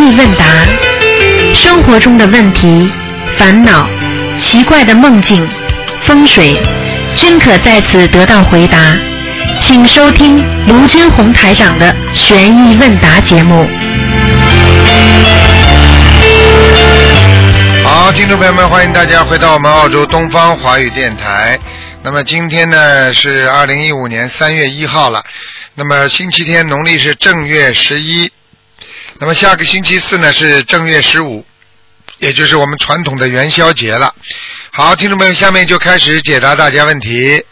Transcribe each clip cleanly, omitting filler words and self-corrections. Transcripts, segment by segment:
意问答，生活中的问题、烦恼、奇怪的梦境、风水，均可在此得到回答。请收听卢军红台长的悬疑问答节目。 好，听众朋友们，欢迎大家回到我们澳洲东方华语电台。那么今天呢是2015年3月1号了，那么星期天，农历是正月11，那么下个星期四呢是正月15，也就是我们传统的元宵节了。好，听众朋友，下面就开始解答大家问题。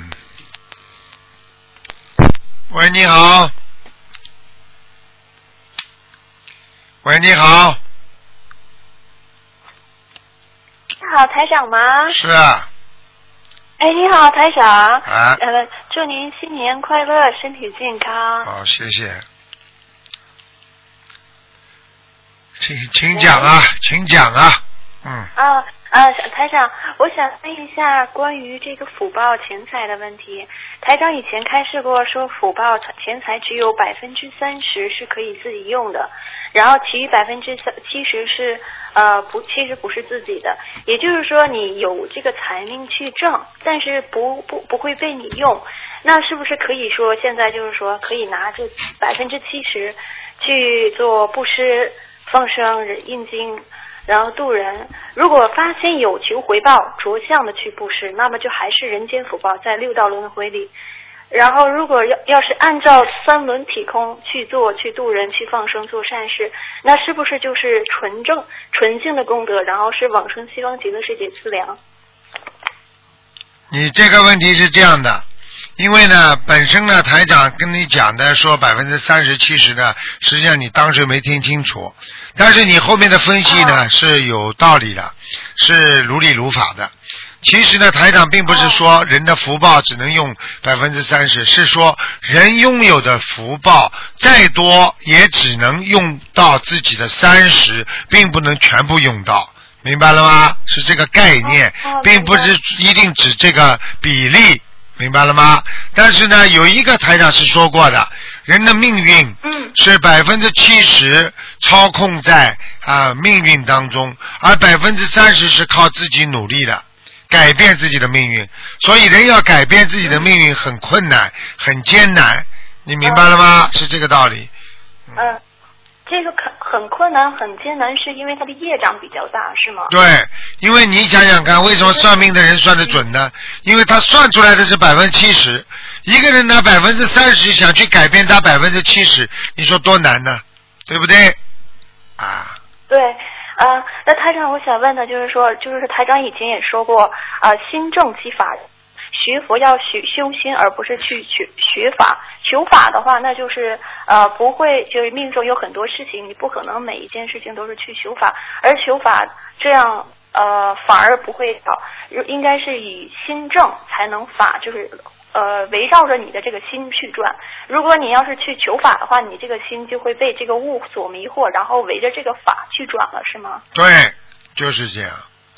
喂，你好。喂，你好。 你好，台长吗？ 是啊。 哎，你好，台长。 啊。 祝您新年快乐，身体健康。 好，谢谢。请讲啊，请讲啊。 台长，我想问一下关于这个福报钱财的问题。台长以前开示过，说福报钱财只有30%是可以自己用的，然后其余70%是其实不是自己的。也就是说，你有这个财命去挣，但是不会被你用。那是不是可以说现在就是说可以拿这70%去做布施、放生、印经？然后度人，如果发现有求回报，着相的去布施，那么就还是人间福报，在六道轮回里。然后如果要是按照三轮体空去做，去度人，去放生，做善事，那是不是就是纯净的功德，然后是往生西方极乐世界资粮？ 你这个问题是这样的，因为呢，本身呢，台长跟你讲的说30%-70%呢，实际上你当时没听清楚，但是你后面的分析呢是有道理的，是如理如法的。其实呢，台长并不是说人的福报只能用30%，是说人拥有的福报再多也只能用到自己的30%，并不能全部用到。明白了吗？是这个概念，并不是一定指这个比例。明白了吗？但是呢，有一个台长是说过的，人的命运是70%操控在命运当中，而30%是靠自己努力的，改变自己的命运。所以人要改变自己的命运很困难，很艰难。你明白了吗？是这个道理。 这个很困难很艰难，是因为他的业障比较大，是吗？ 对，因为你想想看，为什么算命的人算得准呢？因为他算出来的是70%，一个人拿30%想去改变他70%，你说多难呢？对不对？ 对，那台长，我想问的就是说，就是台长以前也说过，心正即法。学佛要修心，而不是去学法。求法的话，那就是不会，就是命中有很多事情，你不可能每一件事情都是去求法，而求法这样反而不会好，应该是以心正才能法，就是围绕着你的这个心去转。如果你要是去求法的话，你这个心就会被这个物所迷惑，然后围着这个法去转了，是吗？ 对，就是这样。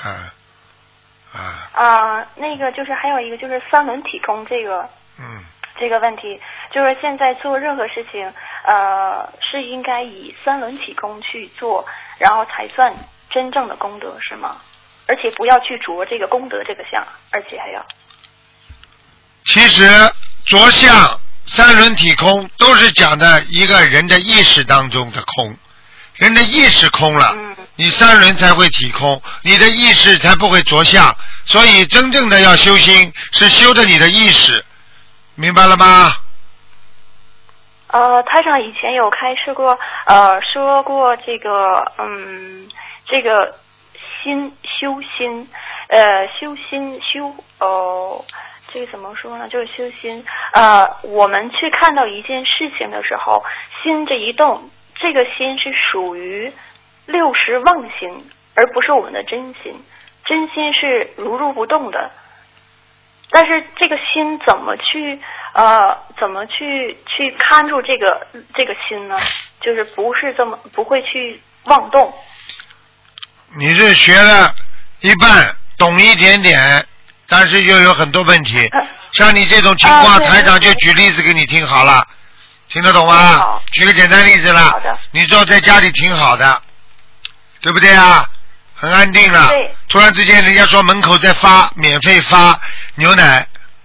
那个就是还有一个就是三轮体空这个问题，就是现在做任何事情是应该以三轮体空去做，然后才算真正的功德，是吗？而且不要去着这个功德这个相，而且还要其实着相三轮体空都是讲的一个人的意识当中的空，人的意识空了，你三轮才会体空，你的意识才不会着相。所以真正的要修心是修的你的意识，明白了吗？ 台长以前有开示过，说过这个修心，这个怎么说呢？就是修心。我们去看到一件事情的时候，心这一动，这个心是属于60妄心，而不是我们的真心。真心是如如不动的，但是这个心怎么去看住这个心呢？就是不会去妄动。 你是学了一半，懂一点点，但是又有很多问题。像你这种情况，台长就举例子给你听好了。 听得懂吗？ 好， 举个简单例子啦好的， 你知道在家里挺好的，对不对啊？很安定了对。 突然之间人家说门口在免费发牛奶，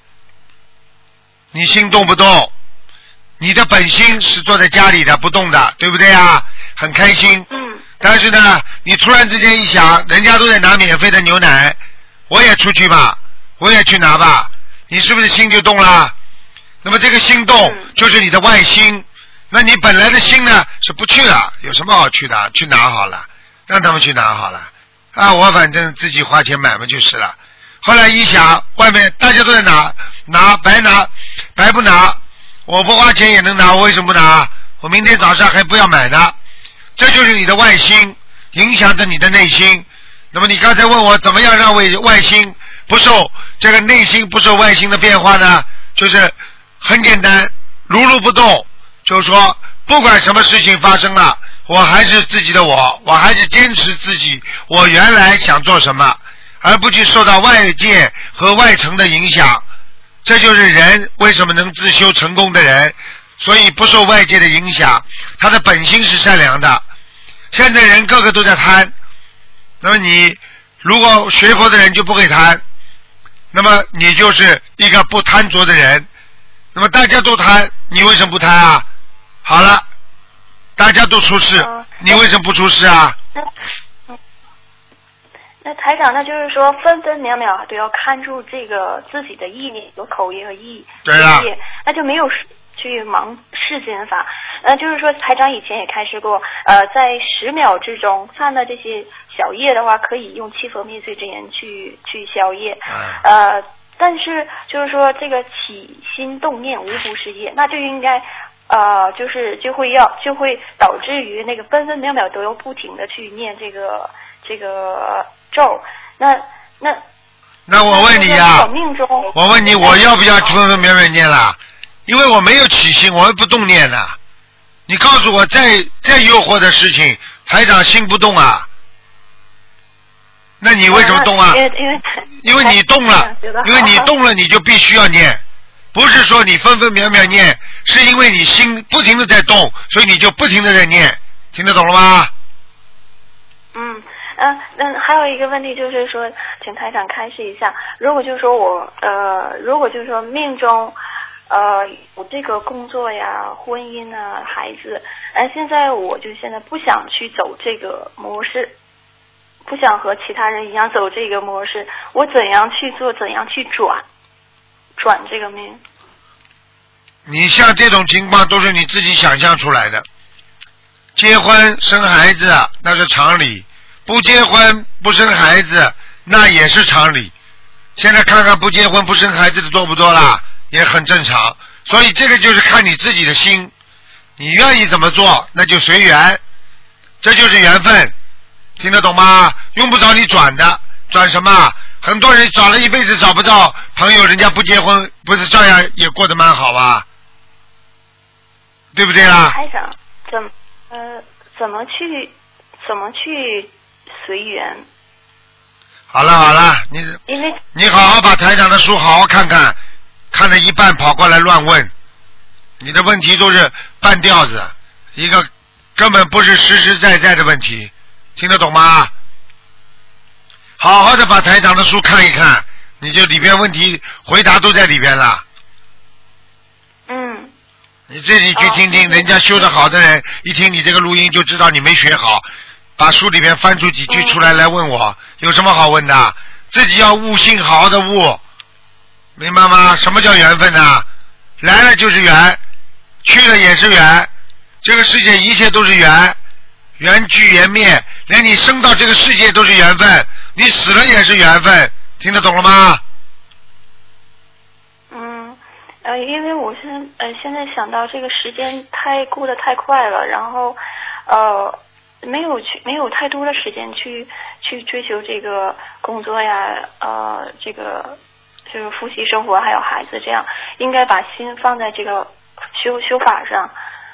你心动不动？你的本心是坐在家里的不动的，对不对啊？很开心。 嗯。 但是呢，你突然之间一想，人家都在拿免费的牛奶，我也出去吧，我也去拿吧，你是不是心就动了？那么这个心动就是你的外心，那你本来的心呢是不去了，有什么好去的？去拿好了，让他们去拿好了啊！我反正自己花钱买嘛就是了。后来一想，外面大家都在拿白不拿，我不花钱也能拿，我为什么不拿？我明天早上还不要买呢。这就是你的外心影响着你的内心。那么你刚才问我怎么样让外心不受这个内心不受外心的变化呢？就是很简单，如不动，就是说不管什么事情发生了，我还是自己的我还是坚持自己我原来想做什么，而不去受到外界和外层的影响。这就是人为什么能自修成功的人，所以不受外界的影响，他的本心是善良的。现在人个个都在贪，那么你如果学佛的人就不会贪，那么你就是一个不贪着的人。那么大家都贪，你为什么不贪啊？好了，大家都出事，你为什么不出事啊？ 那台长，那就是说分分秒秒都要看住这个自己的意念，有口业和意业，那就没有去忙世间法。就是说台长以前也开示过，在10秒之中犯了这些小业的话，可以用七佛灭罪真言去消业。但是就是说这个起心动念无不是业，那就应该就会导致于那个分分秒秒都要不停的去念这个咒。那我问你呀，我问你，我要不要分分秒秒念了？因为我没有起心，我也不动念的。你告诉我，再诱惑的事情，台长心不动啊？那你为什么动啊？因为你动了，你就必须要念，不是说你分分秒秒念，是因为你心不停的在动，所以你就不停的在念，听得懂了吗？ 还有一个问题就是说，请台长开示一下，如果就是说命中有这个工作呀、婚姻啊、孩子，现在不想去走这个模式，不想和其他人一样走这个模式，我怎样去做，怎样去转这个命？ 你像这种情况都是你自己想象出来的。结婚生孩子那是常理，不结婚不生孩子那也是常理。现在看看不结婚不生孩子的多不多啦，也很正常。所以这个就是看你自己的心，你愿意怎么做那就随缘，这就是缘分，听得懂吗？用不着你转的，转什么？很多人找了一辈子找不到朋友，人家不结婚不是照样也过得蛮好吧？对不对啦？ 台长，怎么去随缘？ 好了，你好好把台长的书好好看看，看了一半跑过来乱问，你的问题都是半吊子，一个根本不是实实在在的问题，听得懂吗？好好的把台长的书看一看，你就里边问题回答都在里边了。你自己去听听，人家修得好的人一听你这个录音就知道你没学好，把书里面翻出几句出来问我，有什么好问的？自己要悟性，好好的悟，明白吗？什么叫缘分呢？来了就是缘，去了也是缘，这个世界一切都是缘，缘聚缘灭，连你生到这个世界都是缘分，你死了也是缘分，听得懂了吗？ 因为我现在想到这个时间过得太快了，然后没有太多的时间去追求这个工作呀，这个就是夫妻生活还有孩子，这样应该把心放在这个修法上。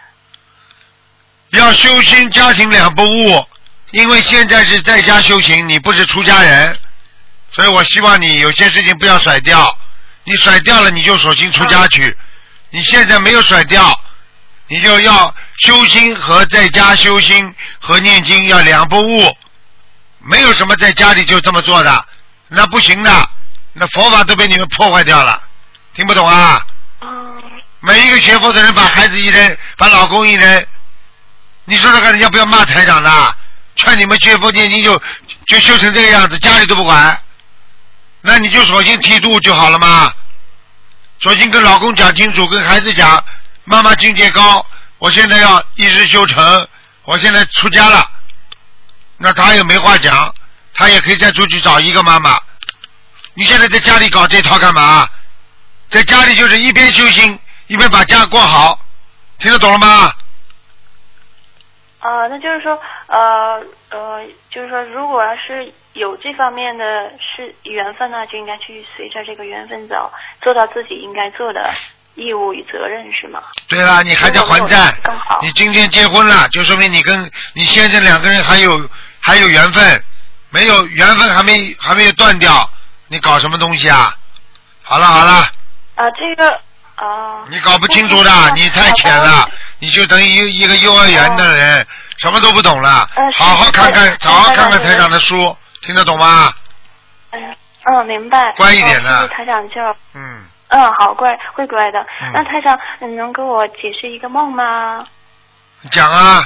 要修心家庭两不误，因为现在是在家修行，你不是出家人，所以我希望你有些事情不要甩掉，你甩掉了你就索性出家去，你现在没有甩掉， 你就要修心和在家修心和念经要两不误，没有什么在家里就这么做的，那不行的，那佛法都被你们破坏掉了，听不懂啊？每一个学佛的人把孩子一扔，把老公一扔，你说这个人家不要骂台长的，劝你们学佛念经就修成这个样子，家里都不管，那你就索性剃度就好了嘛，索性跟老公讲清楚，跟孩子讲，妈妈境界高，我现在要一日修成，我现在出家了，那他也没话讲，他也可以再出去找一个妈妈。你现在在家里搞这套干嘛？在家里就是一边修心一边把家过好，听得懂了吗？ 那就是说，就是说，如果要是有这方面的是缘分呢，就应该去随着这个缘分走，做到自己应该做的义务与责任，是吗？ 对了，你还在还债，你今天结婚了，就说明你跟你先生两个人还有缘分，没有缘分还没有断掉，你搞什么东西啊？好了。 这个你搞不清楚的，你太浅了，你就等于一个幼儿园的人，什么都不懂了。好好看看台长的书，听得懂吗？ 明白。 乖一点的。 谢谢台长就。好，会乖的。那台长，你能给我解释一个梦吗？ 讲啊。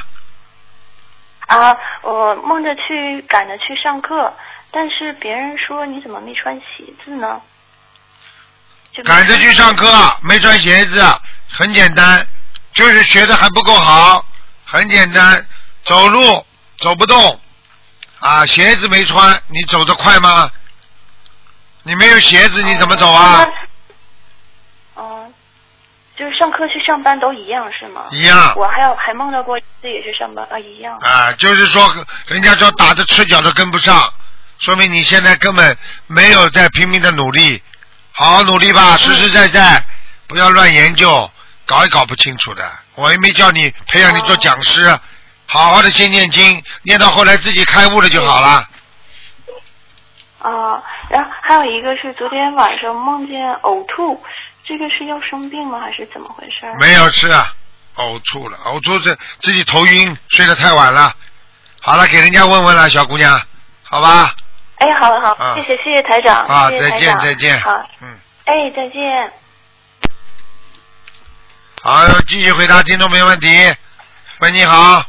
我梦着赶着去上课，但是别人说你怎么没穿鞋子呢？ 赶着去上课，没穿鞋子，很简单，就是学的还不够好，很简单，走路走不动，鞋子没穿，你走得快吗？你没有鞋子你怎么走啊？ 就是上课去上班都一样是吗？ 一样。 我还梦到过这也是上班一样。 就是说人家说打着赤脚都跟不上，说明你现在根本没有在拼命的努力。好好努力吧，实实在在，不要乱研究，搞也搞不清楚的。我也没叫你培养你做讲师，好好的先念经，念到后来自己开悟了就好了。 然后还有一个是昨天晚上梦见呕吐，这个是要生病吗？还是怎么回事？ 没有事啊，呕吐了，呕吐自己头晕，睡得太晚了。好了，给人家问问了，小姑娘，好吧？ 好，谢谢台长。谢谢台长。 再见。 好，再见。 好，继续回答听众没问题。喂，你好。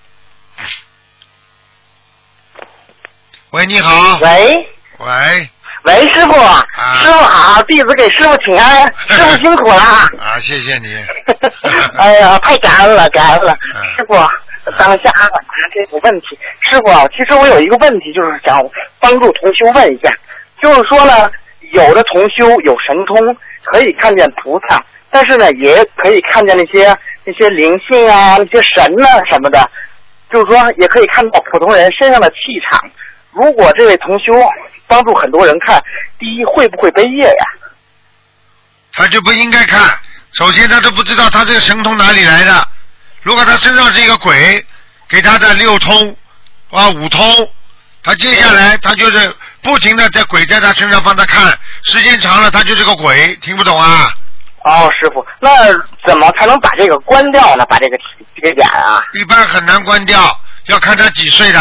喂，你好。 喂，师傅，师傅好，弟子给师傅请安，师傅辛苦了。 谢谢你。 哎呀，太感恩了，师傅。当下这个问题，师傅，其实我有一个问题，就是想帮助同修问一下，就是说呢，有的同修有神通，可以看见菩萨，但是呢，也可以看见那些灵性啊，那些神啊什么的，就是说也可以看到普通人身上的气场。如果这位同修帮助很多人看，第一会不会背业呀？ 他就不应该看，首先他都不知道他这个神通哪里来的。如果他身上是一个鬼，给他的6通5通，他接下来他就是不停的在鬼在他身上帮他看，时间长了他就是个鬼，听不懂啊？ 师傅，那怎么才能把这个关掉呢？把这个点啊？ 一般很难关掉，要看他几岁的。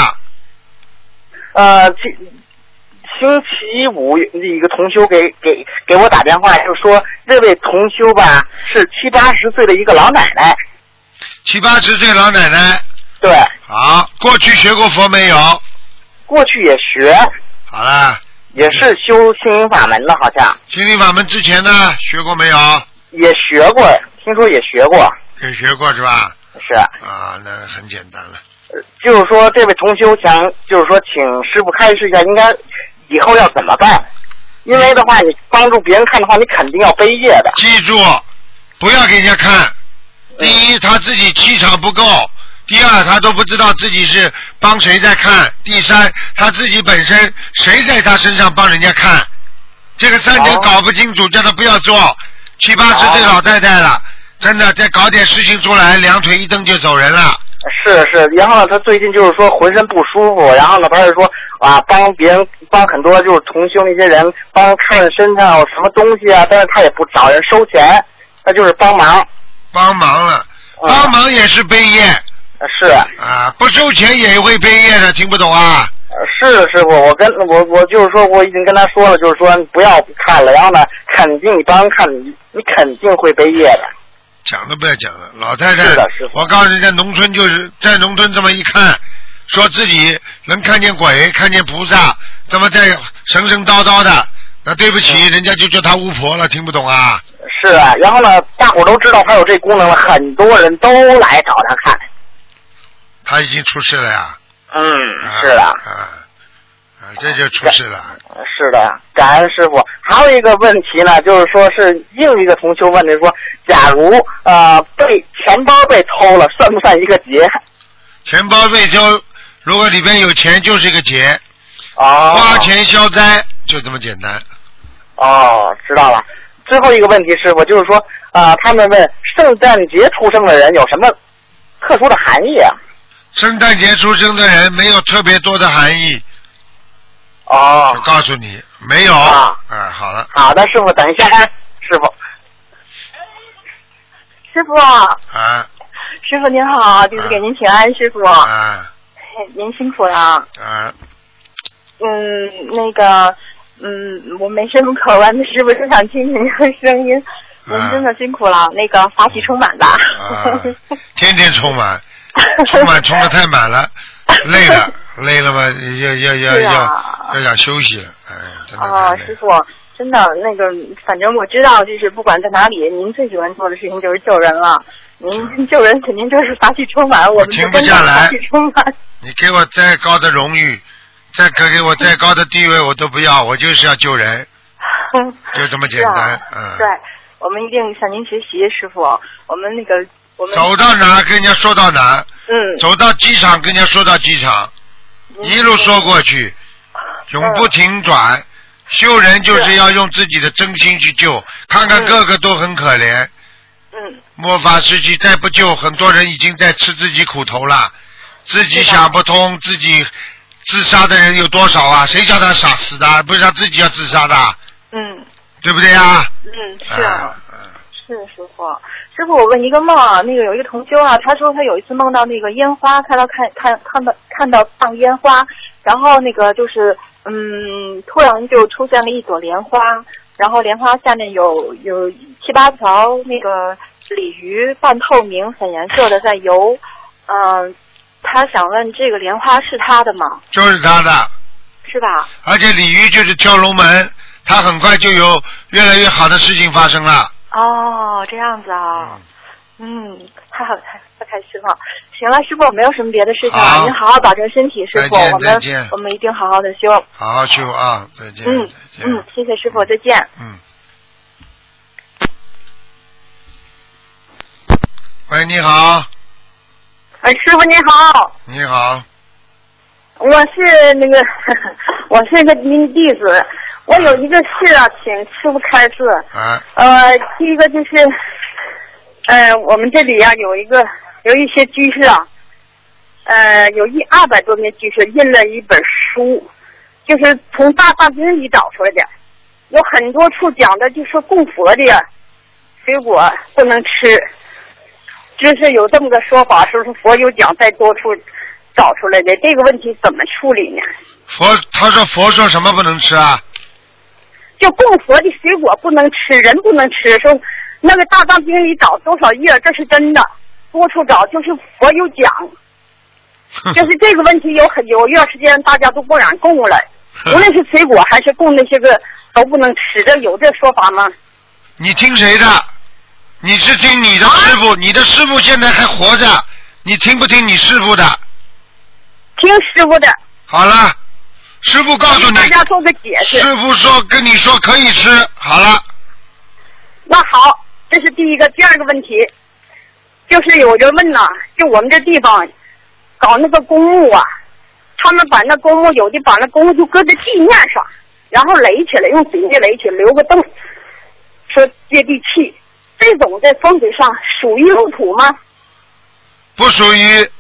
星期五一个同修给我打电话，就说这位同修吧是70、80岁的一个老奶奶。 70、80岁老奶奶。 对。 好，过去学过佛没有？ 过去也学。 好了。 也是修心灵法门的，好像。 心灵法门之前呢，学过没有？ 也学过，听说也学过。 也学过是吧？ 是。 那很简单了。 就是说，这位同修想，就是说，请师傅开示一下，应该以后要怎么办？因为的话，你帮助别人看的话，你肯定要背业的。 记住，不要给人家看。第一，他自己气场不够；第二，他都不知道自己是帮谁在看；第三，他自己本身谁在他身上帮人家看。这个3点搞不清楚，叫他不要做。70、80岁老太太了，真的再搞点事情出来，2腿一蹬就走人了。 是，然后呢，他最近就是说浑身不舒服，然后呢，他是说帮别人帮很多就是同修那些人帮看身上有什么东西啊，但是他也不找人收钱，他就是帮忙了。帮帮忙也是背业。 是。 啊，不收钱也会背业的，听不懂啊？ 是师傅，我就是说，我已经跟他说了，就是说不要看了，然后呢，肯定你帮看，你肯定会背业的。 讲都不要讲了，老太太。 是的，师傅。 我告诉你，在农村就是在农村这么一看，说自己能看见鬼、看见菩萨，这么在神神叨叨的，那对不起，人家就叫他巫婆了，听不懂啊？ 是啊，然后呢，大伙都知道他有这功能了，很多人都来找他看。 他已经出事了呀。 是的。 这就出事了。 是的，感恩师傅。还有一个问题呢，就是说是另一个同修问的说，假如被钱包被偷了，算不算一个劫？ 钱包被偷，如果里边有钱，就是一个劫。花钱消灾，就这么简单。 知道了。最后一个问题，师傅就是说，他们问圣诞节出生的人有什么特殊的含义啊？ 圣诞节出生的人没有特别多的含义。我告诉你，没有。好了。 好的，师傅，等一下，师傅。 师傅。师傅您好，弟子给您请安，师傅。您辛苦了。我没什么可问的，师傅就想听听您的声音。您真的辛苦了，法喜充满吧。 天天充满，充得太满了，累了吗？要想休息了，真的。 师傅，真的反正我知道，就是不管在哪里，您最喜欢做的事情就是救人了。您救人肯定就是法喜充满，我们停不下来。 法喜充满。 你给我再高的荣誉，给我再高的地位，我都不要，我就是要救人，就这么简单。 对，我们一定向您学习，师傅。我们走到哪跟人家说到哪。走到机场跟人家说到机场，一路说过去，永不停转。救人就是要用自己的真心去救，看看个个都很可怜。末法时期再不救，很多人已经在吃自己苦头了，自己想不通，自己自杀的人有多少啊？谁叫他傻死的？不是他自己要自杀的。对不对啊？ 是啊。是师傅，师傅，我问一个梦啊，有一个同修啊，他说他有一次梦到烟花，看到放烟花，然后就是突然就出现了一朵莲花，然后莲花下面有7、8条鲤鱼半透明粉颜色的在游，他想问这个莲花是他的吗？ 就是他的。 是吧？ 而且鲤鱼就是跳龙门，他很快就有越来越好的事情发生了。 这样子啊。太好，太开心了。行了，师傅，我没有什么别的事情了，您好好保重身体，师傅，我们一定好好的修。 好好修啊！再见。 谢谢师傅，再见。 喂，你好。 师傅你好。 你好。 我是我是您弟子。我有一个事啊，请师傅开示。第一个就是，我们这里啊有一些居士啊，有200多名居士印了一本书，就是从大藏经里找出来的，有很多处讲的就说供佛的水果不能吃，就是有这么个说法，说是佛有讲在多处找出来的，这个问题怎么处理呢？ 他说佛说什么不能吃啊？ 就供佛的水果不能吃，人不能吃，说大藏经里找多少页，这是真的，多处找就是佛有讲，就是这个问题有一段时间大家都不敢供了，无论是水果还是供那些个都不能吃，这有这说法吗？ 你听谁的？你是听你的师傅，你的师傅现在还活着，你听不听你师傅的？ 听师傅的。好了。师傅告诉你， 大家做个解释。 师傅说跟你说可以吃，好了。 那好，这是第一个。第二个问题，就是有人问呐，就我们这地方搞公墓啊，他们把公墓有的把公墓就搁在地面上，然后垒起来，用纸巾垒起来，留个洞，说接地气。这种在风水上属于入土吗？ 不属于。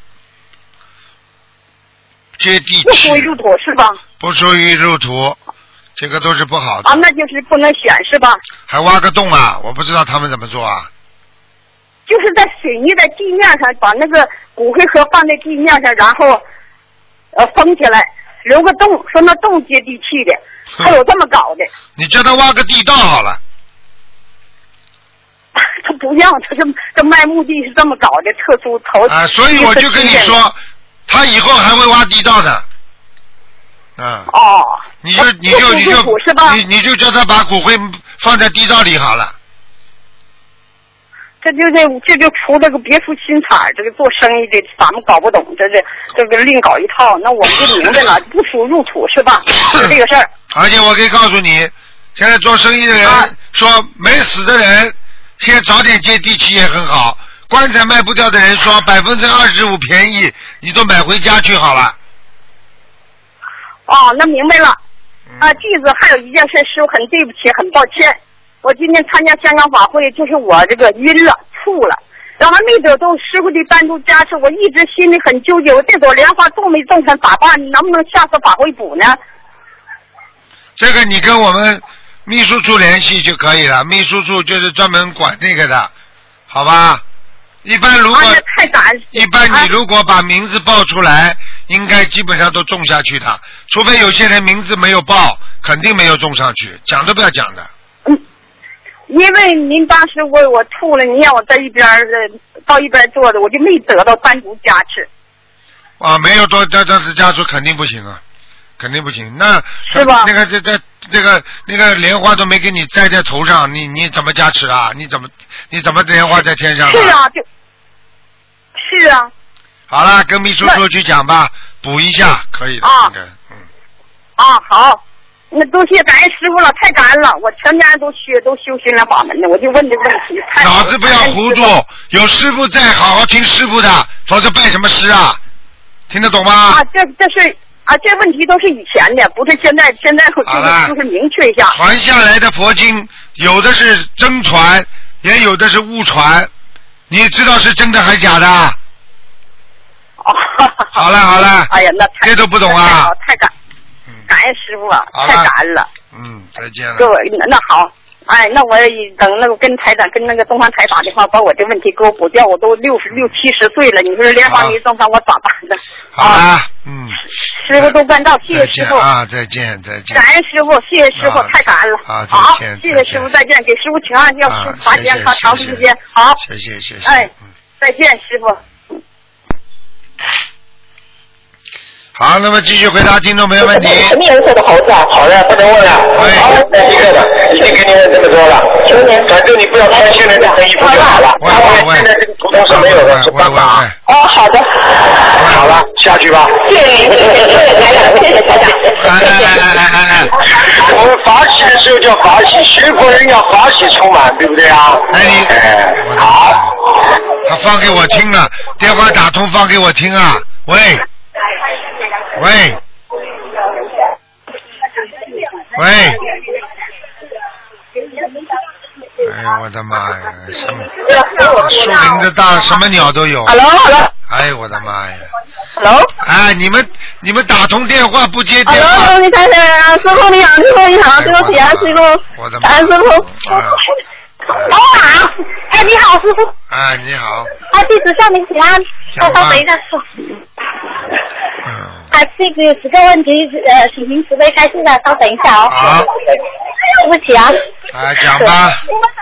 接地气。 不属于入土是吧？ 不属于入土，这个都是不好的。 那就是不能选是吧？ 还挖个洞啊？我不知道他们怎么做啊。 就是在水泥的地面上把那个骨灰盒放在地面上，然后封起来，留个洞，说那洞接地气的，还有这么搞的。 你叫他挖个地道好了。 他不让，他这卖墓地是这么搞的，特殊头啊，所以我就跟你说，他以后还会挖地道的。 哦。 你就叫他把骨灰放在地道里好了。 这就出这个别出心裁，这个做生意的咱们搞不懂，这个另搞一套，那我们就明白了，不出入土是吧？是这个事儿。 而且我可以告诉你，现在做生意的人说没死的人，现在早点接地气也很好。棺材卖不掉的人说25%便宜，你都买回家去好了。 哦，那明白了。弟子还有一件事，师傅很对不起，很抱歉。我今天参加香港法会，就是我这个晕了、吐了，然后没得到师傅的单独加持，我一直心里很纠结，我这朵莲花种没种成咋办？你能不能下次法会补呢？ 这个你跟我们秘书处联系就可以了，秘书处就是专门管那个的，好吧？一般如果你如果把名字报出来，应该基本上都种下去的，除非有些人名字没有报，肯定没有种上去，讲都不要讲的。 因为您当时我吐了，你让我在一边到一边坐着，我就没得到单独加持。 啊，没有多当时加持肯定不行啊，肯定不行。那是吧？ 那个莲花都没给你栽在头上，你怎么加持啊？你怎么莲花在天上啊？ 是啊，是啊。 好了，跟秘书处去讲吧，补一下可以的，应该好。那多谢感恩师傅了，太感恩了！我全家人都修心灵法门的，我就问这个问题。 脑子不要糊涂，有师傅在，好好听师傅的，否则拜什么师啊？听得懂吗？ 这问题都是以前的，不是现在就是明确一下。 传下来的佛经，有的是真传，也有的是误传，你知道是真的还是假的？好了。 哎呀，那这都不懂啊！ 太感恩师傅啊，太感恩了。 再见了。 各位，那好，那我等那个跟台长跟那个东方台打电话，把我这问题给我补掉。我都66、70岁了，你说莲花没种上，我咋办呢？ 好了， 师傅都办到，谢谢师傅啊，再见。 感恩师傅，谢谢师傅，太感恩了。好，谢谢师傅，再见，给师傅请安，要师傅法体健康长时间。好， 谢谢。 再见，师傅。 好，那么继续回答听众朋友问题。 什么颜色的猴子啊？好了，不能问了。好，那一个的，已经跟你问这么多了。求您，反正你不要穿现在这身衣服就好了。现在这个图腾是没有的，是办法。好的。好了，下去吧。谢谢台长，谢谢台长。来。我们法喜的时候叫法喜，学佛人要法喜充满，对不对啊？好。 他放给我听了，电话打通放给我听啊。喂。哎呀，我的妈呀！什么树林子大，什么鸟都有。 Hello。 哎呦，我的妈呀 ！Hello。 哎，你们打通电话不接电话。 Hello， 你看师傅你好，师傅你好，对不起啊，师傅。 我的妈！ 师傅。好。你好，师傅。 你好。 弟子向您请安。稍等一下，师傅。这个有10个问题，请您慈悲开示的，稍等一下哦。 好。 对不起啊。 讲吧。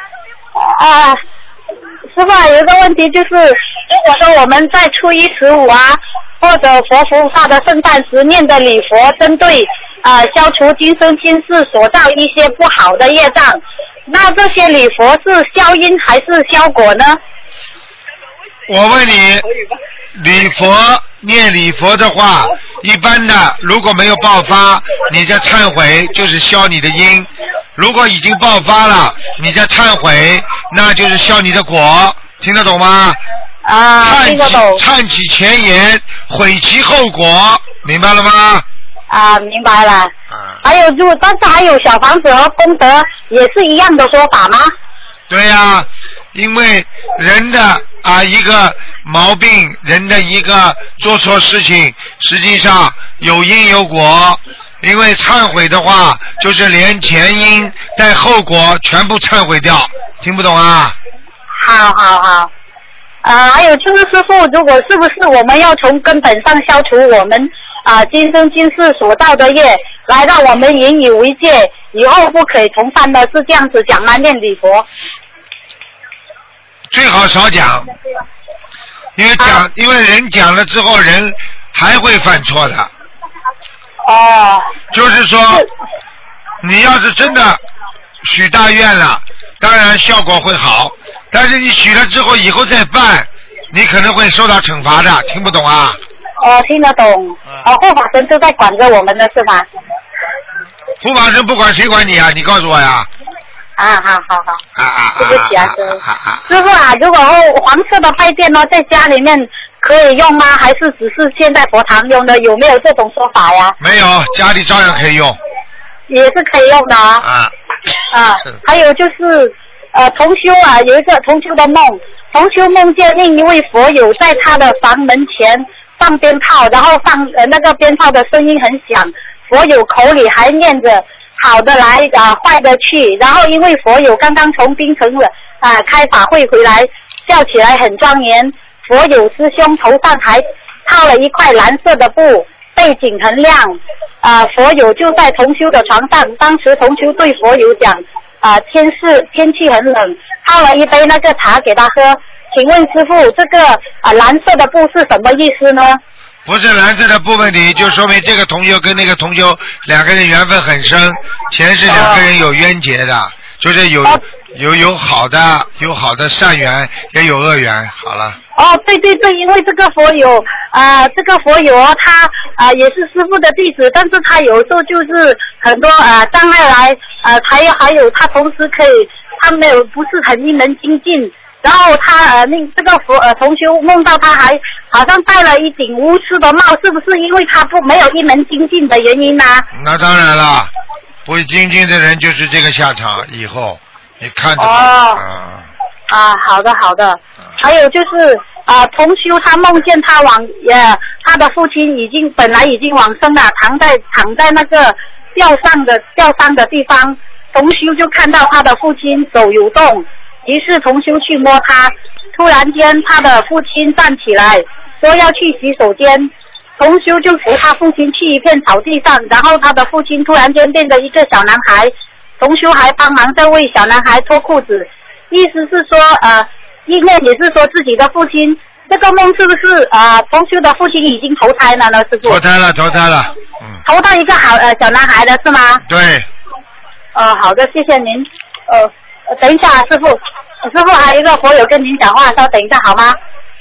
师傅有一个问题就是，如果说我们在初一十五啊，或者佛菩萨的圣诞时念的礼佛，针对消除今生今世所造一些不好的业障，那这些礼佛是消因还是消果呢？ 我问你，念礼佛的话，一般的如果没有爆发，你在忏悔就是消你的因；如果已经爆发了，你在忏悔，那就是消你的果。听得懂吗？ 听得懂。 忏其前言，悔其后果，明白了吗？ 明白了。还有但是还有小房子和功德也是一样的说法吗？ 对呀，因为人的一个毛病，人的一个做错事情，实际上有因有果。因为忏悔的话，就是连前因带后果全部忏悔掉。听不懂啊？ 好。 还有就是师父，如果是不是我们要从根本上消除我们今生今世所造的业，来让我们引以为戒，以后不可以重犯的，是这样子讲吗？念礼佛最好少讲，因为人讲了之后，人还会犯错的。 哦。 就是说，你要是真的许大愿了，当然效果会好，但是你许了之后，以后再办，你可能会受到惩罚的。听不懂啊？ 听得懂。护法神就在管着我们的是吗？ 护法神不管谁管你啊？你告诉我呀。 好。对不起啊，师傅啊，如果黄色的拜垫呢，在家里面可以用吗？还是只是现在佛堂用的？有没有这种说法呀？ 没有，家里照样可以用。 也是可以用的还有就是同修啊，有一个同修的梦，同修梦见另一位佛友在他的房门前放鞭炮，然后放那个鞭炮的声音很响，佛友口里还念着好的来坏的去，然后因为佛友刚刚从槟城开法会回来，笑起来很庄严，佛友师兄头上还套了一块蓝色的布，背景很亮佛友就在同修的床上，当时同修对佛友讲天气很冷，泡了一杯那个茶给他喝，请问师父这个蓝色的布是什么意思呢？ 不是蓝色的布问题，就说明这个同修跟那个同修两个人缘分很深，前世两个人有冤结的，就是有好的善缘，也有恶缘。好了。 对，因为这个佛友他也是师父的弟子，但是他有时候就是很多障碍来还有他同时他没有不是很一门精进。然后他这个同修梦到他还好像戴了一顶巫师的帽，是不是因为他没有一门精进的原因呢？ 那当然了，不精进的人就是这个下场，以后你看着吧。好的。还有就是同修他梦见他的父亲本来已经往生了，躺在那个吊丧的地方，同修就看到他的父亲手有动。于是同修去摸他，突然间他的父亲站起来说要去洗手间，同修就扶他父亲去一片草地上，然后他的父亲突然间变成一个小男孩，同修还帮忙在为小男孩脱裤子，意思是说意念也是说自己的父亲，这个梦是不是同修的父亲已经投胎了呢？师父投胎了投到一个小男孩了是吗？ 对。 好的，谢谢您。等一下，师父还有一个佛友跟您讲话，稍等一下好吗？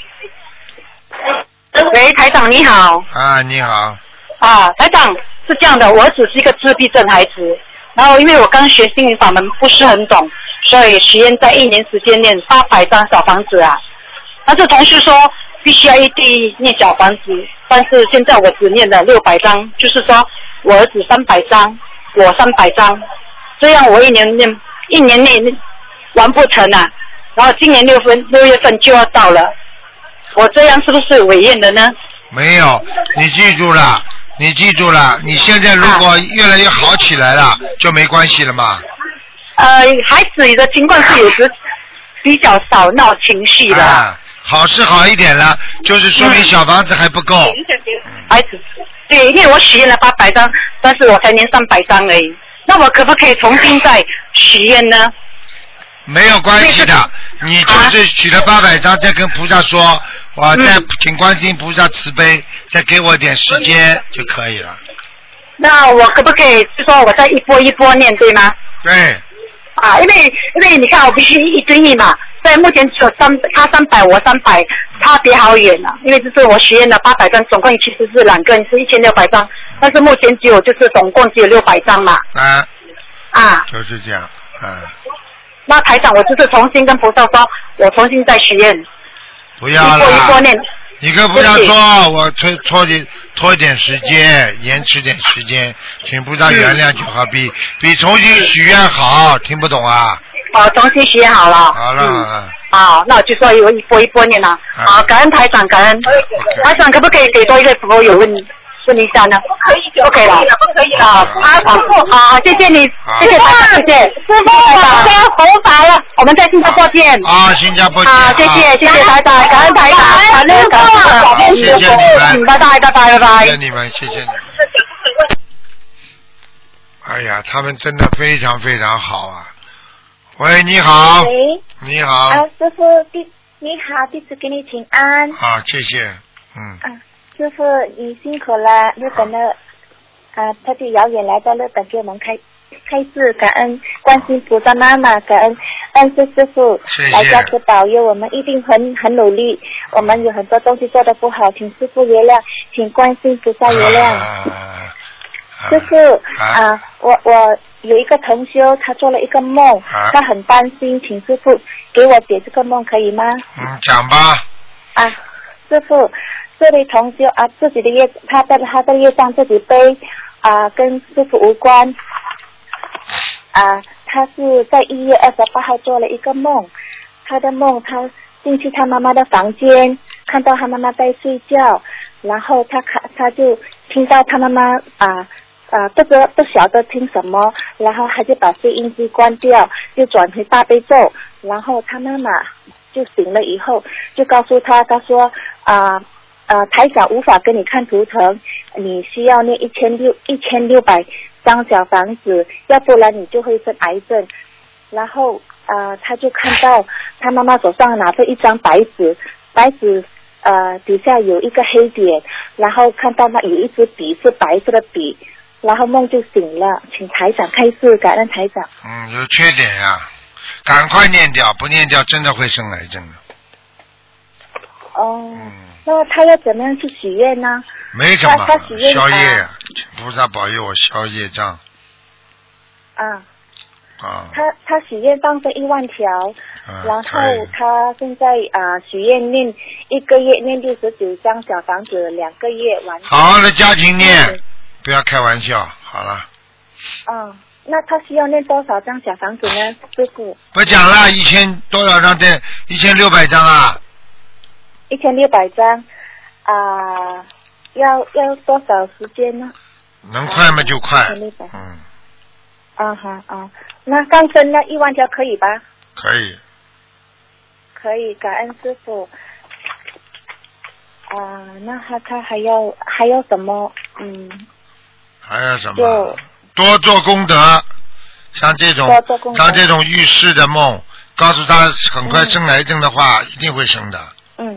喂，台长你好。 你好。 台长是这样的，我只是一个自闭症孩子，然后因为我刚学心灵法门不是很懂，所以许愿在1年时间念800张小房子但是同事说必须要一地念小房子，但是现在我只念了600张，就是说我儿子300张，我300张，这样我一年内完不成然后今年6月份就要到了，我这样是不是违愿的呢？ 没有，你记住了，你现在如果越来越好起来了，就没关系了嘛。 孩子的情况是有时比较少闹情绪的。 好是好一点了，就是说明小房子还不够。 孩子，对，因为我许愿了800张，但是我才念300张而已。那我可不可以重新再许愿呢？ 没有关系的，你就是许了800张，再跟菩萨说，我再请观世音菩萨慈悲，再给我点时间就可以了。 那我可不可以就说我再一波一波念，对吗？ 对。 因为你看我必须1对1嘛，在目前只有他300我300，差别好远因为这是我许愿的800张，总共其实是2个人是1600张，但是目前总共只有600张嘛。 就是这样。 那台长，我就是重新跟菩萨说，我重新再许愿。 不要了。 一波念。 你跟菩萨说，我拖点时间，延迟点时间，请菩萨原谅就好，比重新许愿好，听不懂啊？ 重新许愿好了。 好了。 那我就说有一波一波念了。好，感恩台长，感恩。台长可不可以给多一个佛友问问一下呢？不可以了，不可以了。啊，师傅，好，谢谢你，谢谢大家，谢谢师傅，我先弘法了，我们在新加坡见。 啊，新加坡见。 好，谢谢台长，感恩台长，感恩谢谢你们， 拜拜， 谢谢你们，谢谢你们。哎呀，他们真的非常非常好啊！喂，你好。 喂。 你好。 师傅，你好，弟子给你请安。 好，谢谢。 师傅你辛苦了，日本的特地遥远来到日本给我们开示，感恩观世音菩萨妈妈，感恩恩师师傅来加持保佑，我们一定很努力，我们有很多东西做得不好，请师傅原谅，请观世音菩萨原谅。师傅我有一个同修，他做了一个梦，他很担心，请师傅给我解这个梦可以吗？ 讲吧。 师傅，这位同修自己的业，他的业障自己背跟师傅无关他是在1月28号做了一个梦，他的梦他进去他妈妈的房间，看到他妈妈在睡觉，然后他就听到他妈妈不晓得听什么，然后他就把收音机关掉，就转回大悲咒，然后他妈妈就醒了以后就告诉他说台长无法跟你看图腾，你需要念1600张小房子，要不然你就会生癌症。然后他就看到他妈妈手上拿着一张白纸底下有一个黑点，然后看到那有一支笔是白色的笔，然后梦就醒了，请台长开示，感恩台长。 有缺点呀，赶快念掉，不念掉真的会生癌症的。 那他要怎么样去许愿呢？ 没什么，消业呀，请菩萨保佑我消业障。 他许愿放生1万条，然后他现在许愿念1个月念69张小房子，2个月完。 好好的家庭念，不要开玩笑，好了。 那他需要念多少张小房子呢，师傅？ 不讲了，1000多少张的？1600张啊。 1600张要多少时间呢？ 能快吗就快。 那放生呢1万条可以吧？可以，感恩师傅。那他还要什么？ 还要什么？多做功德，像这种预示的梦，告诉他很快生癌症的话，一定会生的。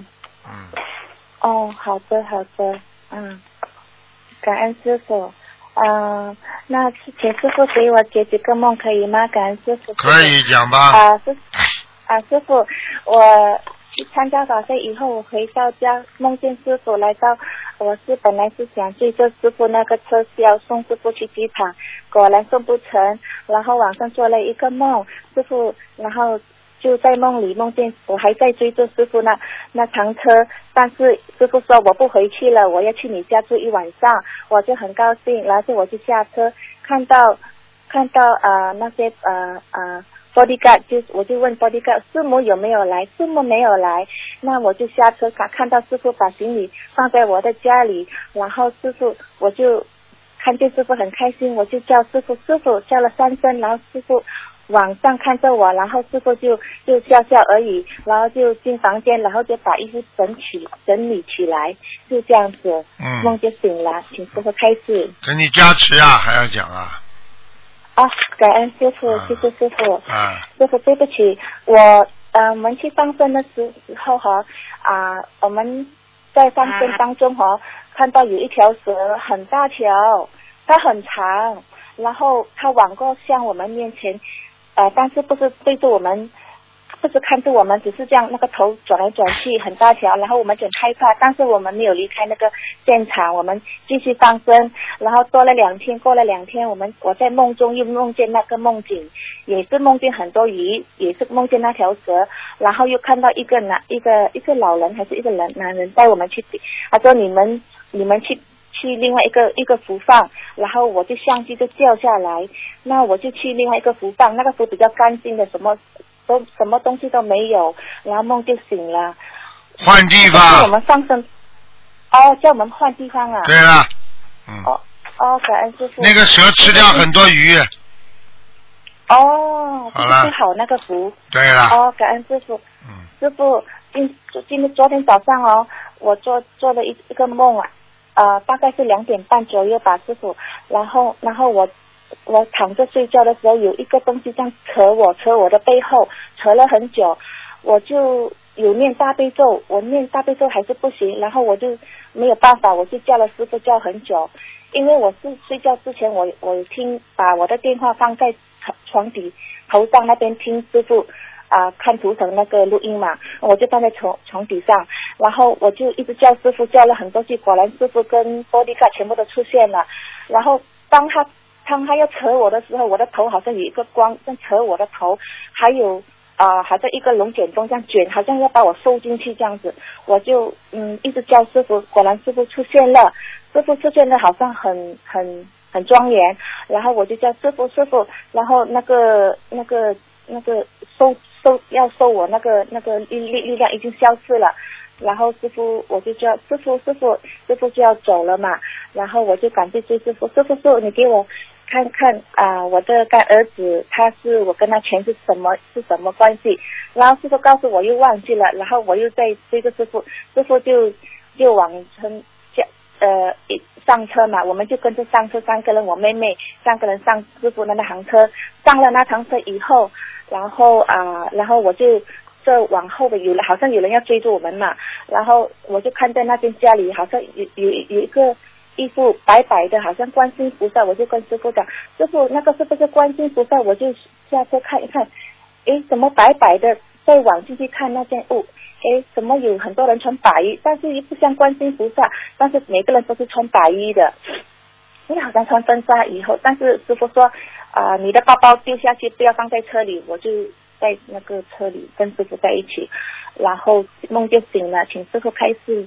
好的，感恩师傅。那请师傅给我解几个梦可以吗？感恩师傅。 可以讲吧。 师傅，我去参加法会以后，我回到家梦见师傅来到，本来是想追着师傅那个车厢送师傅去机场，果然送不成，然后晚上做了一个梦，师傅，然后就在梦里梦见我还在追着师傅那长车，但是师傅说我不回去了，我要去你家住1晚上，我就很高兴，然后我就下车，看到那些bodyguard， 我就问 bodyguard 师母有没有来，师母没有来，那我就下车看到师傅把行李放在我的家里，然后师傅我就看见师傅很开心，我就叫师傅叫了3声，然后师傅往上看着我，然后师傅就笑笑而已，然后就进房间，然后就把衣服整理起来，就这样子，梦就醒了，请师傅开示。 给你加持啊，还要讲啊？ 感恩师傅，谢谢师傅。师傅对不起，我们去放生的时候我们在放生当中看到有一条蛇很大条，它很长，然后它往过向我们面前。但是不是对着我们，不是看着我们，只是这样那个头转来转去很大条，然后我们就很害怕，但是我们没有离开那个现场，我们继续放生，然后过了2天，我在梦中又梦见那个梦境，也是梦见很多鱼，也是梦见那条蛇，然后又看到一个老人还是一个男人带我们去，他说你们去另外一个浮放，然后我就相机就掉下来，那我就去另外一个浮放，那个浮比较干净的，什么东西都没有，然后梦就醒了。 换地方。 我们放生，叫我们换地方啊。 对了。 感恩师傅。 那个蛇吃掉很多鱼。 好了。治好那个符。 对了。 感恩师傅。师傅，昨天早上我做了一个梦大概是2点半左右吧，师傅。然后我躺着睡觉的时候，有一个东西这样扯我的背后，扯了很久。我就有念大悲咒，我念大悲咒还是不行，然后我就没有办法，我就叫了师傅叫很久。因为我是睡觉之前，我把我的电话放在床底头上那边听师傅看图腾那个录音嘛，我就放在床底上，然后我就一直叫师傅，叫了很多句，果然师傅跟bodyguard全部都出现了。然后当他要扯我的时候，我的头好像有一个光在扯我的头，还有好像一个龙卷风这样卷，好像要把我收进去这样子。我就一直叫师傅，果然师傅出现了，师傅出现了好像很庄严。然后我就叫师傅，然后那个收我那个力量已经消失了。然后我就叫师傅就要走了嘛，然后我就赶去追师傅，师傅你给我看看我的干儿子，我跟他前世是什么关系？然后师傅告诉我又忘记了，然后我又再追着师傅就往上车嘛，我们就跟着上车，3个人，我妹妹3个人上师傅的那趟车，上了那趟车以后，然后我就往后的好像有人要追着我们嘛，然后我就看在那边家里好像有一个衣服白白的，好像观世音菩萨，我就跟师傅讲，师傅那个是不是观世音菩萨？我就下车看一看，怎么白白的？再往进去看那件物，怎么有很多人穿白衣，但是又不像观世音菩萨，但是每个人都是穿白衣的，因为好像穿婚纱以后，但是师傅说你的包包丢下去，不要放在车里，我就在那个车里跟师傅在一起，然后梦就醒了，请师傅开示。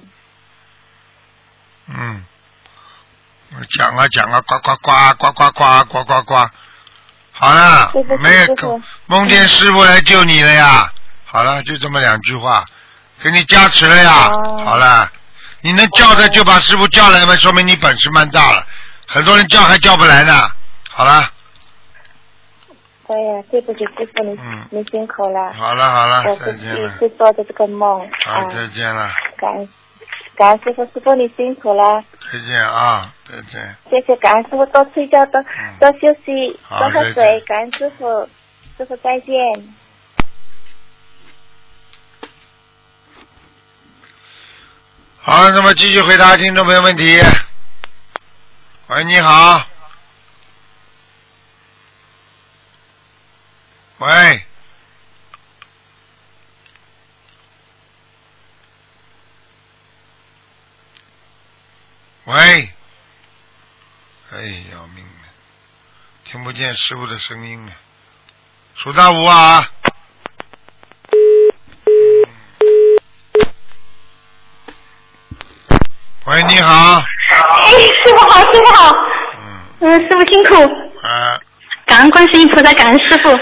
讲啊，呱呱呱呱呱呱呱呱呱，好了，没有梦见师傅来救你了呀，好了，就这么2句话，给你加持了呀，好了，你能叫的就把师傅叫来嘛，说明你本事蛮大了，很多人叫还叫不来呢，好了。 对呀，对不起师傅，你辛苦了。 好了， 我是第一次做的这个梦。 好，再见了。 感恩师傅，师傅你辛苦了。 再见啊，再见。 谢谢，感恩师傅，多睡觉，多休息，多喝水，感恩师傅，师傅再见。 好，那么继续回答听众朋友问题。喂，你好。喂。喂，哎要命了，听不见师傅的声音了，数到5啊。喂，你好。 师傅好，师傅好。师傅辛苦。感恩观世音菩萨，感恩师傅。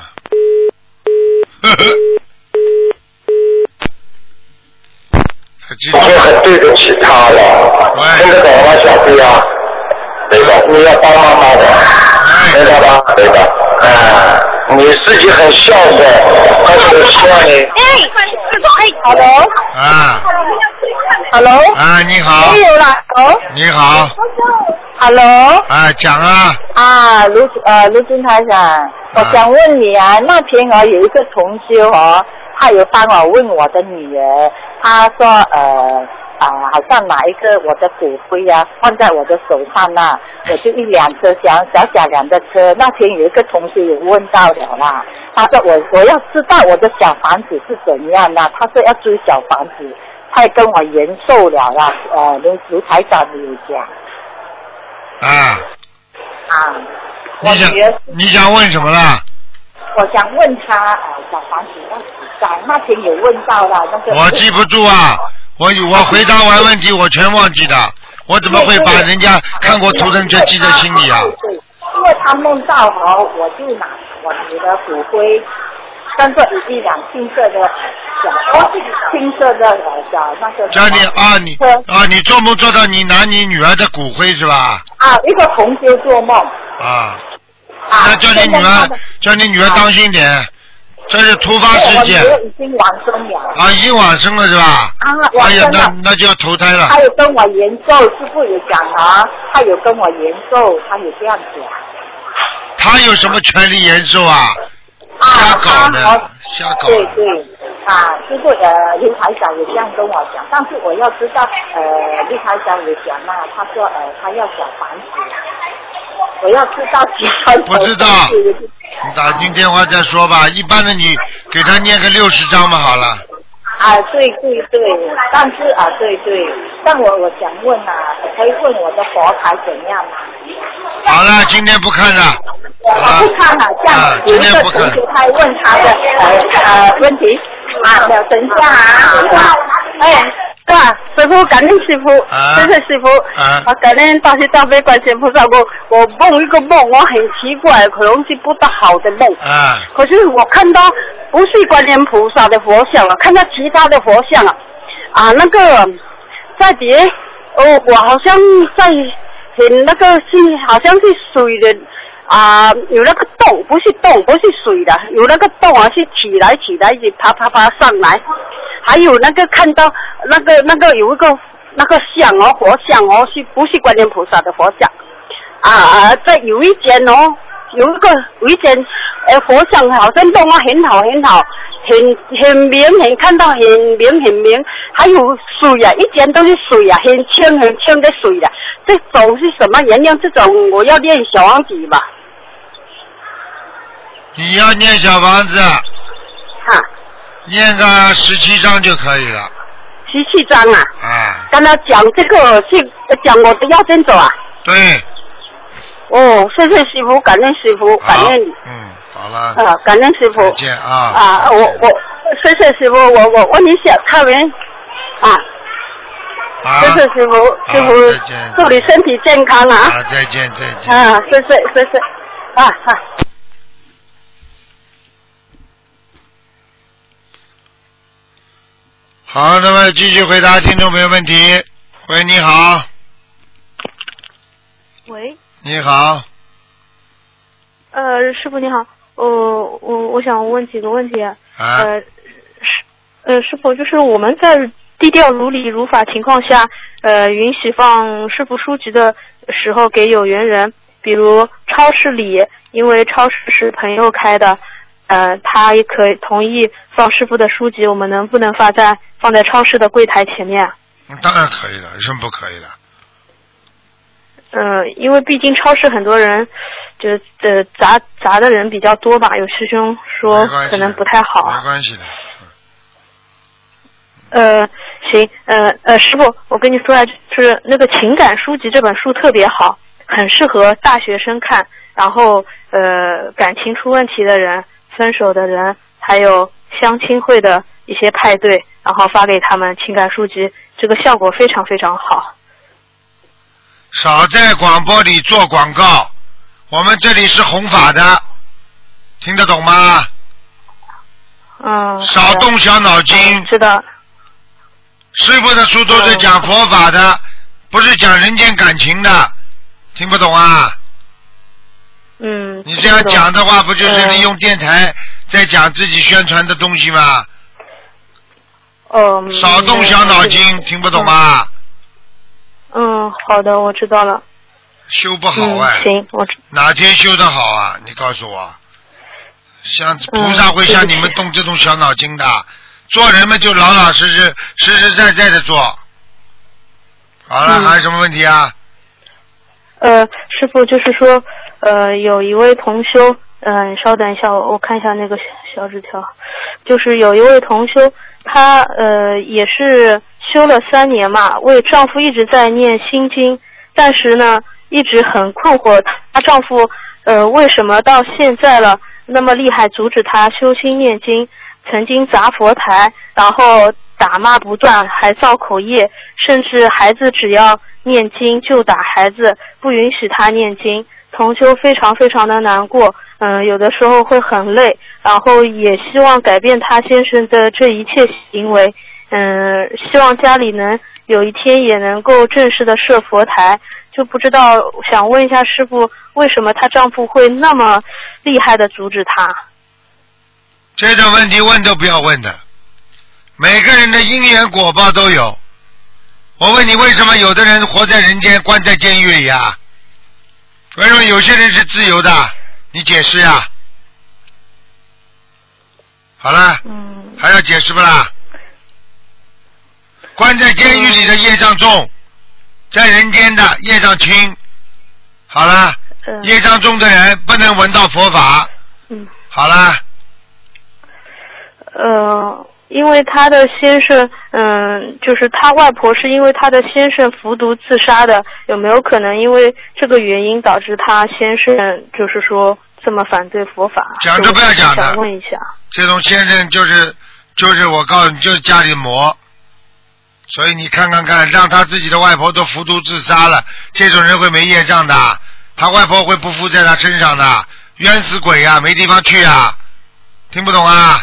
已经很对得起他了，听得懂吗，小弟啊？对的，你要帮妈妈的，知道吧？对的，你自己很孝顺，但是我希望你。 Hello。 你好。 没有了。 你好。 Hello。 讲啊。 卢金台长，我想问你那天有一个同修他有帮我问我的女儿，他说好像拿一个我的骨灰放在我的手上我就一辆车小辆的车。那天有一个同学有问到了啦，他说我要知道我的小房子是怎样的，他说要追小房子，他也跟我延寿了啦。卢台长有讲。 你想问什么啦？ 我想问他小房子要几张？那天有问到了那个。 我记不住我回答完问题我全忘记的，我怎么会把人家看过图腾就记在心里啊？ 对，因为他梦到我就拿我女儿的骨灰 3个一辆青色的青色的小那个。 叫你你做梦做到你拿你女儿的骨灰是吧？ 一个同修做梦。 那叫你女儿当心点，这是突发事件。 我已经往生了。 已经往生了是吧？ 往生了。 那就要投胎了。 他有跟我研究，师父有讲他有跟我研究，他有这样讲。 他有什么权利延寿啊？瞎搞的，瞎搞的。 对，师父刘台长也这样跟我讲，但是我要知道刘台长也讲他说他要小房子，我要知道几张。 不知道，你打进电话再说吧。一般的你给他念个60张嘛好了。 对，但是对，但我想问可以问我的佛台怎样吗？ 好了，今天不看了。 不看了，这样有一个同学他问他的问题等一下师父，感恩师父，谢谢师父，感恩大慈大悲观世音菩萨。我梦一个梦，我很奇怪，可能是不大好的梦。可是我看到不是观世音菩萨的佛像看到其他的佛像那个在碟我好像在很那个好像是水的有那个洞，不是水的，有那个洞是起来一爬上来。还有那个看到那个有一个那个像佛像是不是观音菩萨的佛像在有一间有一间佛像好像弄很好，很明，看到很明，还有水一间都是水很清的水这种是什么原因？这种我要念小王子吧。 你要念小房子念个17张就可以了。 17张跟他讲这个是讲我的要先走对。 谢谢师父，感恩师父，感恩你。 好了。 感恩师父。 再见我谢谢师父，我问一下他们谢谢师父，师父祝你身体健康再见。 谢谢好，那么继续回答听众朋友问题。喂，你好。 喂。 你好。 师傅你好，我想问几个问题。师傅，就是我们在低调如理如法情况下，允许放师傅书籍的时候给有缘人，比如超市里，因为超市是朋友开的。他也可以同意放师傅的书籍，我们能不能放在超市的柜台前面？ 当然可以了，有什么不可以的？ 因为毕竟超市很多人就杂的人比较多吧，有师兄说可能不太好。 没关系的。行，师傅，我跟你说就是那个情感书籍这本书特别好，很适合大学生看，然后感情出问题的人。分手的人，还有相亲会的一些派对，然后发给他们情感书籍，这个效果非常非常好。 少在广播里做广告，我们这里是弘法的，听得懂吗？少动小脑筋。 知道。 师父的书都是讲佛法的，不是讲人间感情的，听不懂啊？你这样讲的话，不就是利用电台在讲自己宣传的东西吗？少动小脑筋，听不懂吗？ 好的，我知道了。 修不好行， 哪天修得好啊？你告诉我。像菩萨会像你们动这种小脑筋的，做人们就老老实实、实实在在的做。好了，还有什么问题啊？ 师父，就是说。有一位同修，稍等一下，我看一下那个小纸条，就是有一位同修，她也是修了3年嘛，为丈夫一直在念心经，但是呢，一直很困惑，她丈夫为什么到现在了那么厉害阻止她修心念经，曾经砸佛台，然后打骂不断，还造口业，甚至孩子只要念经就打孩子，不允许她念经。 同修非常非常的难过，有的时候会很累，然后也希望改变他先生的这一切行为，希望家里能有一天也能够正式的设佛台，就不知道想问一下师父，为什么她丈夫会那么厉害的阻止她？ 这种问题问都不要问的，每个人的因缘果报都有。我问你，为什么有的人活在人间，关在监狱里啊？为什么有些人是自由的？你解释呀。好了，还要解释不啦？关在监狱里的业障重，在人间的业障轻。好了，业障重的人不能闻到佛法。好了。 因为他的先生，就是他外婆是因为他的先生服毒自杀的，有没有可能因为这个原因导致他先生就是说这么反对佛法？ 讲都不要讲的。 想问一下， 这种先生就是我告诉你，就是家里魔，所以你看，让他自己的外婆都服毒自杀了，这种人会没业障的，他外婆会不负在他身上的，冤死鬼啊，没地方去啊，听不懂啊？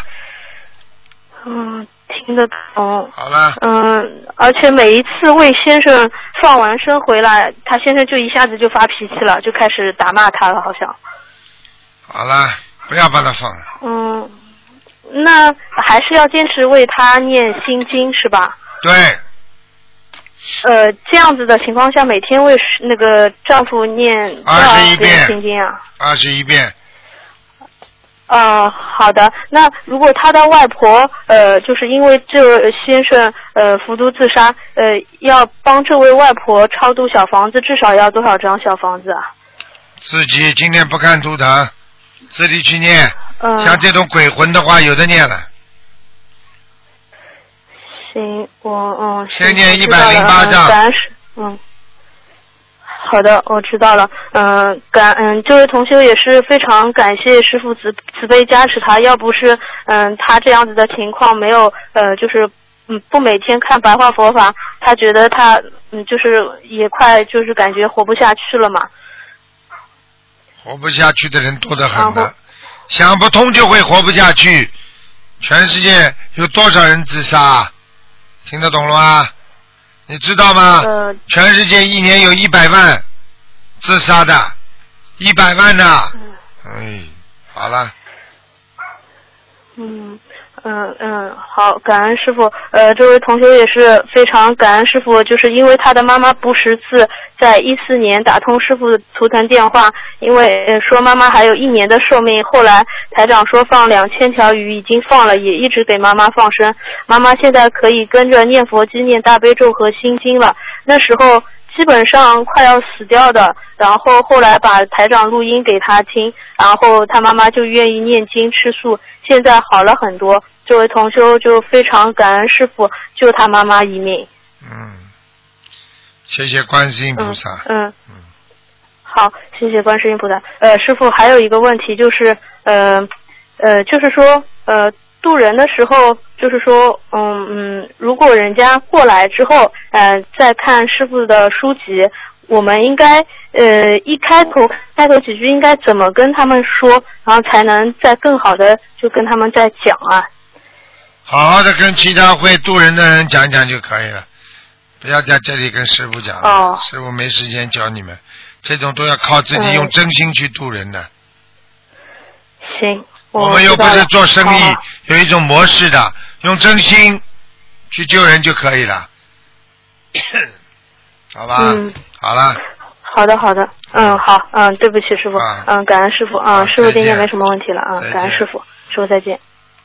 听得懂。 好了。 而且每一次为先生放完生回来，他先生就一下子就发脾气了，就开始打骂他了，好像。 好了，不要把他放了。 那还是要坚持为他念心经是吧？ 对。 这样子的情况下，每天为那个丈夫念 21遍心经啊 ？21遍。 好的。那如果他的外婆就是因为这位先生服毒自杀，要帮这位外婆超度小房子，至少要多少张小房子啊？ 自己今天不看图腾，自己去念。像这种鬼魂的话，有的念了。 行，我先念108章。 好的，我知道了。这位同修也是非常感谢师父慈悲加持他，要不是他这样子的情况没有就是不每天看白话佛法，他觉得他就是也快就是感觉活不下去了嘛。 活不下去的人多得很的，想不通就会活不下去。全世界有多少人自杀？听得懂了吗？你知道吗？全世界一年有100万自杀的，100万呢。好了。 好，感恩师父。这位同学也是非常感恩师父，就是因为他的妈妈不识字，在14年打通师父的图腾电话，因为说妈妈还有1年的寿命，后来台长说放2000条鱼，已经放了，也一直给妈妈放生。妈妈现在可以跟着念佛经、念大悲咒和心经了。那时候基本上快要死掉的，然后后来把台长录音给他听，然后他妈妈就愿意念经吃素，现在好了很多。这位同修就非常感恩师父救他妈妈一命。 谢谢观世音菩萨。 好，谢谢观世音菩萨。师父还有一个问题就是就是说渡人的时候，就是说如果人家过来之后再看师父的书籍，我们应该一开头几句应该怎么跟他们说，然后才能再更好的就跟他们再讲啊？ 好好的跟其他会渡人的人讲讲就可以了，不要在这里跟师父讲了。师父没时间教你们，这种都要靠自己用真心去渡人的。 行， 我们又不是做生意，有一种模式的，用真心去救人就可以了。好吧。好了。 好的。好，对不起师父。感恩师父。师父今天没什么问题了啊，感恩师父。师父再见。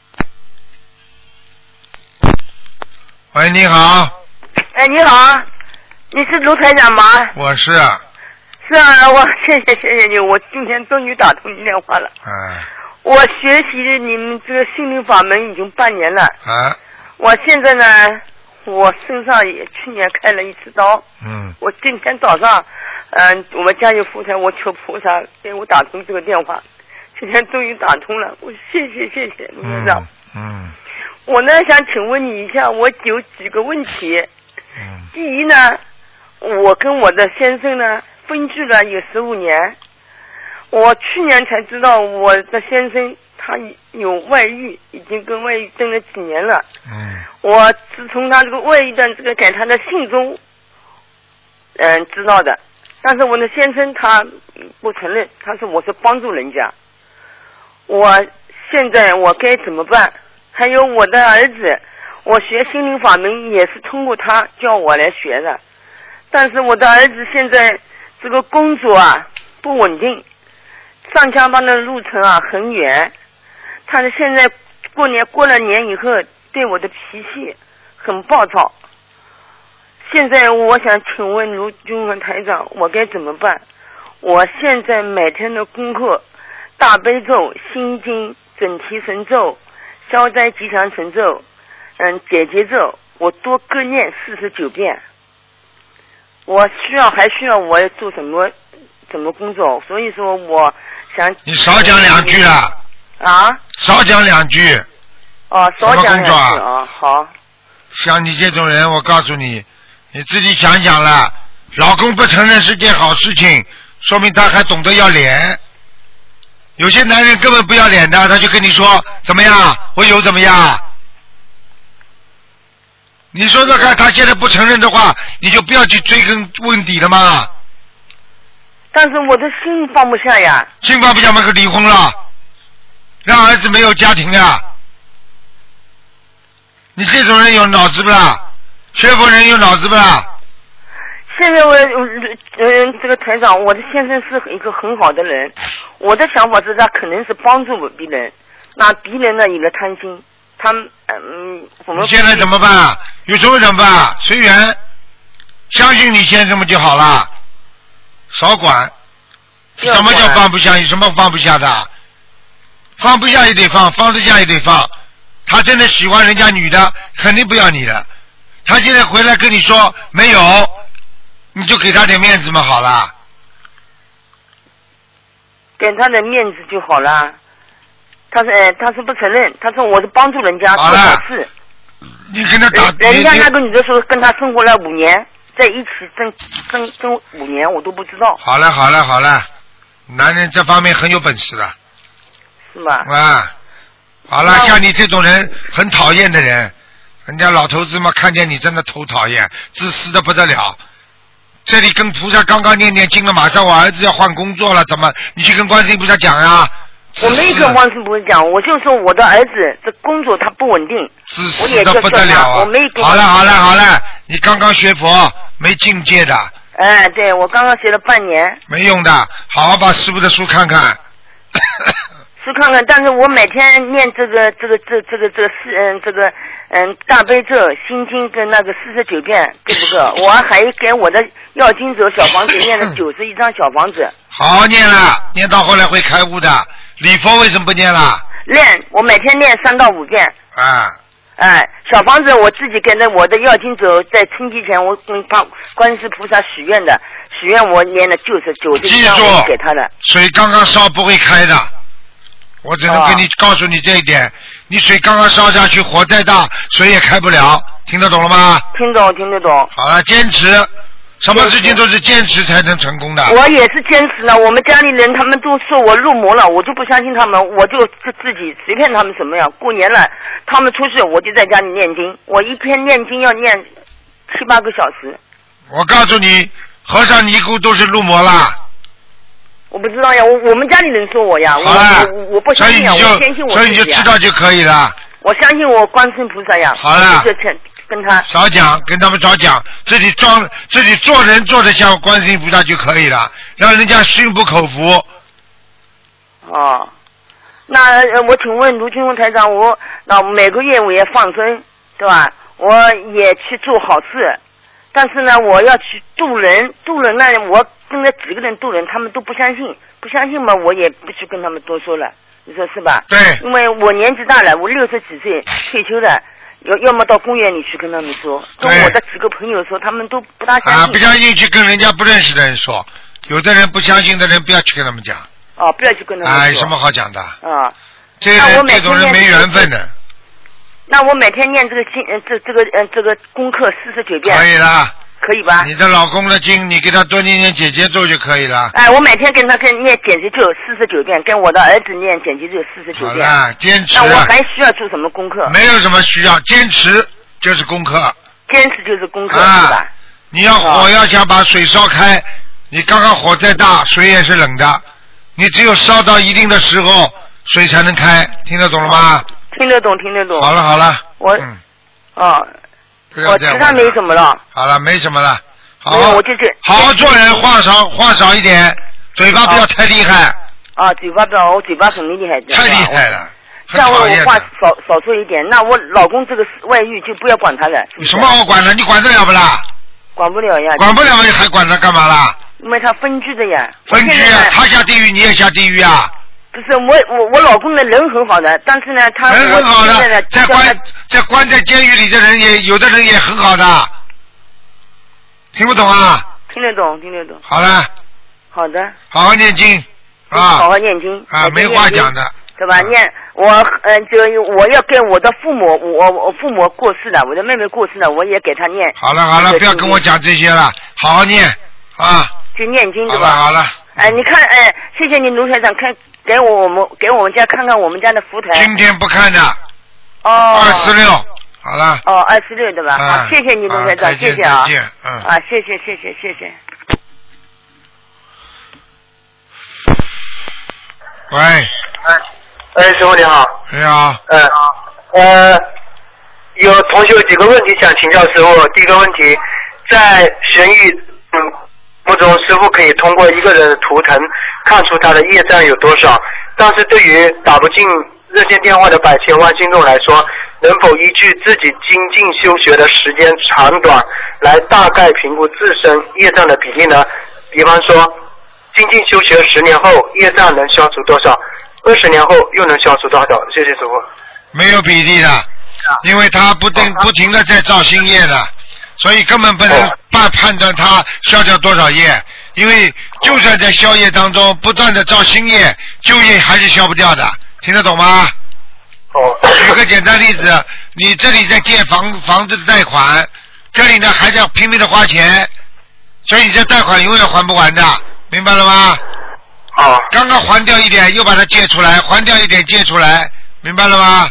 喂，你好。 你好，你是卢台长吗？ 我是。 是啊，我谢谢你，我今天终于打通你电话了。我学习你们这个心灵法门已经半年了。我现在呢，我身上也去年开了一次刀。我今天早上，我们家有福台，我求菩萨给我打通这个电话，今天终于打通了，我谢谢卢台长。我呢想请问你一下，我有几个问题。第一呢，我跟我的先生呢分居了有15年， 我去年才知道我的先生他有外遇，已经跟外遇争了几年了。我是从他这个外遇的这个给他的信中，知道的。但是我的先生他不承认，他说我是帮助人家。我现在我该怎么办？还有我的儿子，我学心灵法门也是通过他叫我来学的，但是我的儿子现在这个工作啊不稳定，上下班的路程啊很远，他现在过了年以后对我的脾气很暴躁。现在我想请问卢军文台长，我该怎么办？我现在每天的功课，大悲咒、心经、准提神咒、消灾吉祥神咒、解结咒，我多各念49遍。我还需要我做什么工作？所以说我想你少讲2句了啊， 少讲2句。 哦，少讲2句啊。 好。 像你这种人，我告诉你，你自己想想了，老公不承认是件好事情，说明他还懂得要脸。有些男人根本不要脸的，他就跟你说怎么样，我有怎么样。你说说看，他现在不承认的话，你就不要去追根问底了嘛。 但是我的心放不下呀。 心放不下嘛，就离婚了，让儿子没有家庭呀。你这种人有脑子不啦？学佛人有脑子不啦？ 现在这个台长，我的先生是一个很好的人，我的想法是他可能是帮助别人，那别人呢有了贪心，我们你现在怎么办啊？有什么怎么办？随缘，相信你先生们就好了，少管。什么叫放不下？有什么放不下的？放不下也得放，放得下也得放。他真的喜欢人家女的，肯定不要你的。他现在回来跟你说没有，你就给他点面子嘛，好了。 给他点面子就好了。他是不承认，他说我是帮助人家做好事。 你跟他打。 人家那个女的说跟他生活了5年，在一起争5年，我都不知道。 好了，男人这方面很有本事的。 是吧？ 啊，好了，像你这种人很讨厌的人，人家老头子嘛，看见你真的头讨厌，自私的不得了。这里跟菩萨刚刚念经了，马上我儿子要换工作了，怎么你去跟观世音菩萨讲呀？ 我没跟观世音菩萨讲，我就说我的儿子这工作他不稳定， 自私的不得了啊！ 我没跟。 好了，你刚刚学佛没境界的。 对，我刚刚学了半年。 没用的，好好把师父的书看看。 书看看，但是我每天念这个大悲咒、心经跟那个49遍够不够？我还给我的要经者小房子念了91张小房子。 好好念了，念到后来会开悟的。礼佛为什么不念了？ 练，我每天念3到5遍。小房子我自己跟着我的要经者在春节前，我跟观世菩萨许愿的，许愿我念了99张，我给他的。 水刚刚烧不会开的。我只能告诉你这一点，你水刚刚烧下去，火再大，水也开不了，听得懂了吗？ 听得懂。 好了，坚持，什么事情都是坚持才能成功的。 我也是坚持了，我们家里人他们都说我入魔了，我就不相信他们，我就自己随便他们什么样。过年了，他们出去，我就在家里念经，我一天念经要念7、8个小时。 我告诉你，和尚尼姑都是入魔了。 我不知道呀，我们家里人说我呀，我不相信呀，我相信我自己呀。 所以你就知道就可以了。 我相信我观世音菩萨呀。 好了， 就跟他少讲，跟他们少讲，自己做人做得像观世音菩萨就可以了，让人家心服口服。 哦，那我请问卢军宏台长，那每个月我也放生，对吧？我也去做好事。但是呢，我要去渡人呢，我跟了几个人渡人，他们都不相信嘛，我也不去跟他们多说了，你说是吧？ 对。 因为我年纪大了，我60几岁退休的，要么到公园里去跟他们说，跟我的几个朋友说，他们都不大相信。 不相信去跟人家不认识的人说，有的人不相信的人不要去跟他们讲。 不要去跟他们说。 有什么好讲的？这种人没缘分的。 那我每天念这个功课49遍。 可以了。 可以吧？ 你的老公的经，你给他多念念姐姐咒就可以了。 哎，我每天跟他念姐姐咒49遍，跟我的儿子念姐姐咒49遍。 好了，坚持。 那我还需要做什么功课？ 没有什么需要，坚持就是功课。 坚持就是功课，是吧？ 你要火要想把水烧开，你刚刚火再大，水也是冷的。你只有烧到一定的时候，水才能开，听得懂了吗？ 听得懂，听得懂。 好了好了， 我其他没什么了。 好了，没什么了。好， 我就是好好做人，话少一点，嘴巴不要太厉害。 啊，嘴巴不要，我嘴巴很厉害。 太厉害了。 这样我话少说一点，那我老公这个外遇就不要管他了。 有什么好管的？你管得了不啦？ 管不了呀。 管不了还管他干嘛啦？ 因为他分居的呀。 分居啊！他下地狱，你也下地狱啊！ 不是我老公的人很好的，但是呢，他人很好的，在关在监狱里的人有的人也很好的，听不懂啊？ 听得懂，听得懂。 好了。 好的。 好好念经啊！ 好好念经啊！没话讲的。 对吧？我要跟我的父母，我父母过世了，我的妹妹过世了，我也给他念。 好了，不要跟我讲这些了，好好念啊！ 就念经对吧？ 好了。 你看，谢谢你卢台长，给我们家看看我们家的福台。 今天不看的。 哦。 26，好了。 哦，26对吧？好，谢谢你卢台长，谢谢啊。 再见。 啊，谢谢。 喂。 师傅你好。 你好。 有同学有几个问题想请教师傅。第一个问题，在悬疑目中，师傅可以通过一个人的图腾看出他的业障有多少，但是对于打不进热线电话的百千万信众来说，能否依据自己精进修学的时间长短来大概评估自身业障的比例呢？比方说，精进修学10年后业障能消除多少？20年后又能消除多少？谢谢师傅。 没有比例的，因为他不停的在造新业的，所以根本不能判断他消掉多少业，因为就算在消业当中不断的造新业，旧业还是消不掉的，听得懂吗？举个简单例子，你这里在借房子的贷款，这里呢还在拼命的花钱，所以你这贷款永远还不完的，明白了吗？刚刚还掉一点，又把它借出来，还掉一点借出来，明白了吗？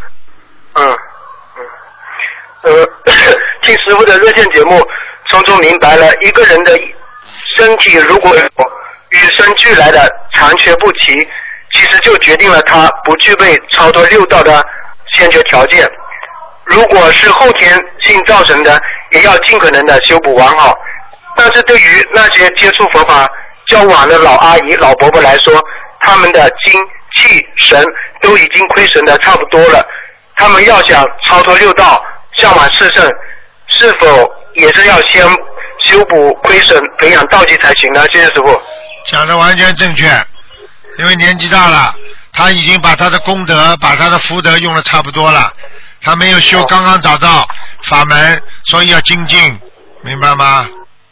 听师傅的热线节目，从中明白了一个人的身体如果有与生俱来的残缺不齐，其实就决定了他不具备超脱6道的先决条件。如果是后天性造成的，也要尽可能的修补完好。但是对于那些接触佛法较晚的老阿姨老伯伯来说，他们的精气神都已经亏损的差不多了，他们要想超脱6道向往四圣，是否也是要先修补亏损培养道基才行呢？谢谢师傅。 讲的完全正确，因为年纪大了，他已经把他的功德把他的福德用的差不多了，他没有修刚刚找到法门，所以要精进，明白吗？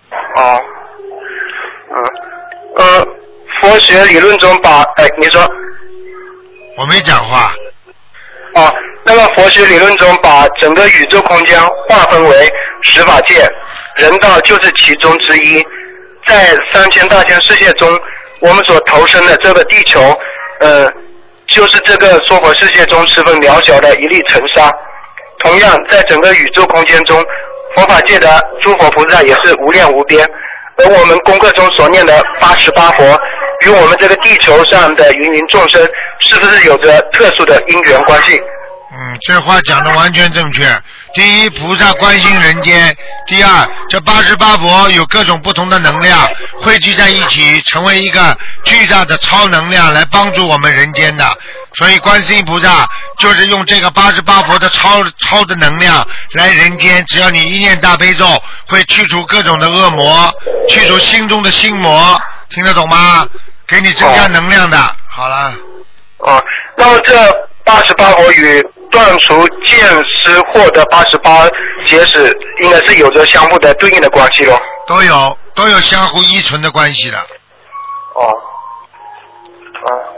佛学理论中把你说。 我没讲话。 那么佛学理论中把整个宇宙空间划分为10法界，人道就是其中之一。在3000大千世界中，我们所投身的这个地球，就是这个娑婆世界中十分渺小的一粒尘沙。同样，在整个宇宙空间中，佛法界的诸佛菩萨也是无量无边。而我们功课中所念的88佛，与我们这个地球上的芸芸众生，是不是有着特殊的因缘关系？ 这话讲的完全正确。第一，菩萨关心人间；第二，这88佛有各种不同的能量汇聚在一起，成为一个巨大的超能量来帮助我们人间的。所以观世音菩萨就是用这个88佛的超的能量来人间，只要你一念大悲咒，会去除各种的恶魔，去除心中的心魔，听得懂吗？给你增加能量的。好了。 那么这88佛与断除见思惑的88结使应该是有着相互的对应的关系咯。 都有相互依存的关系的。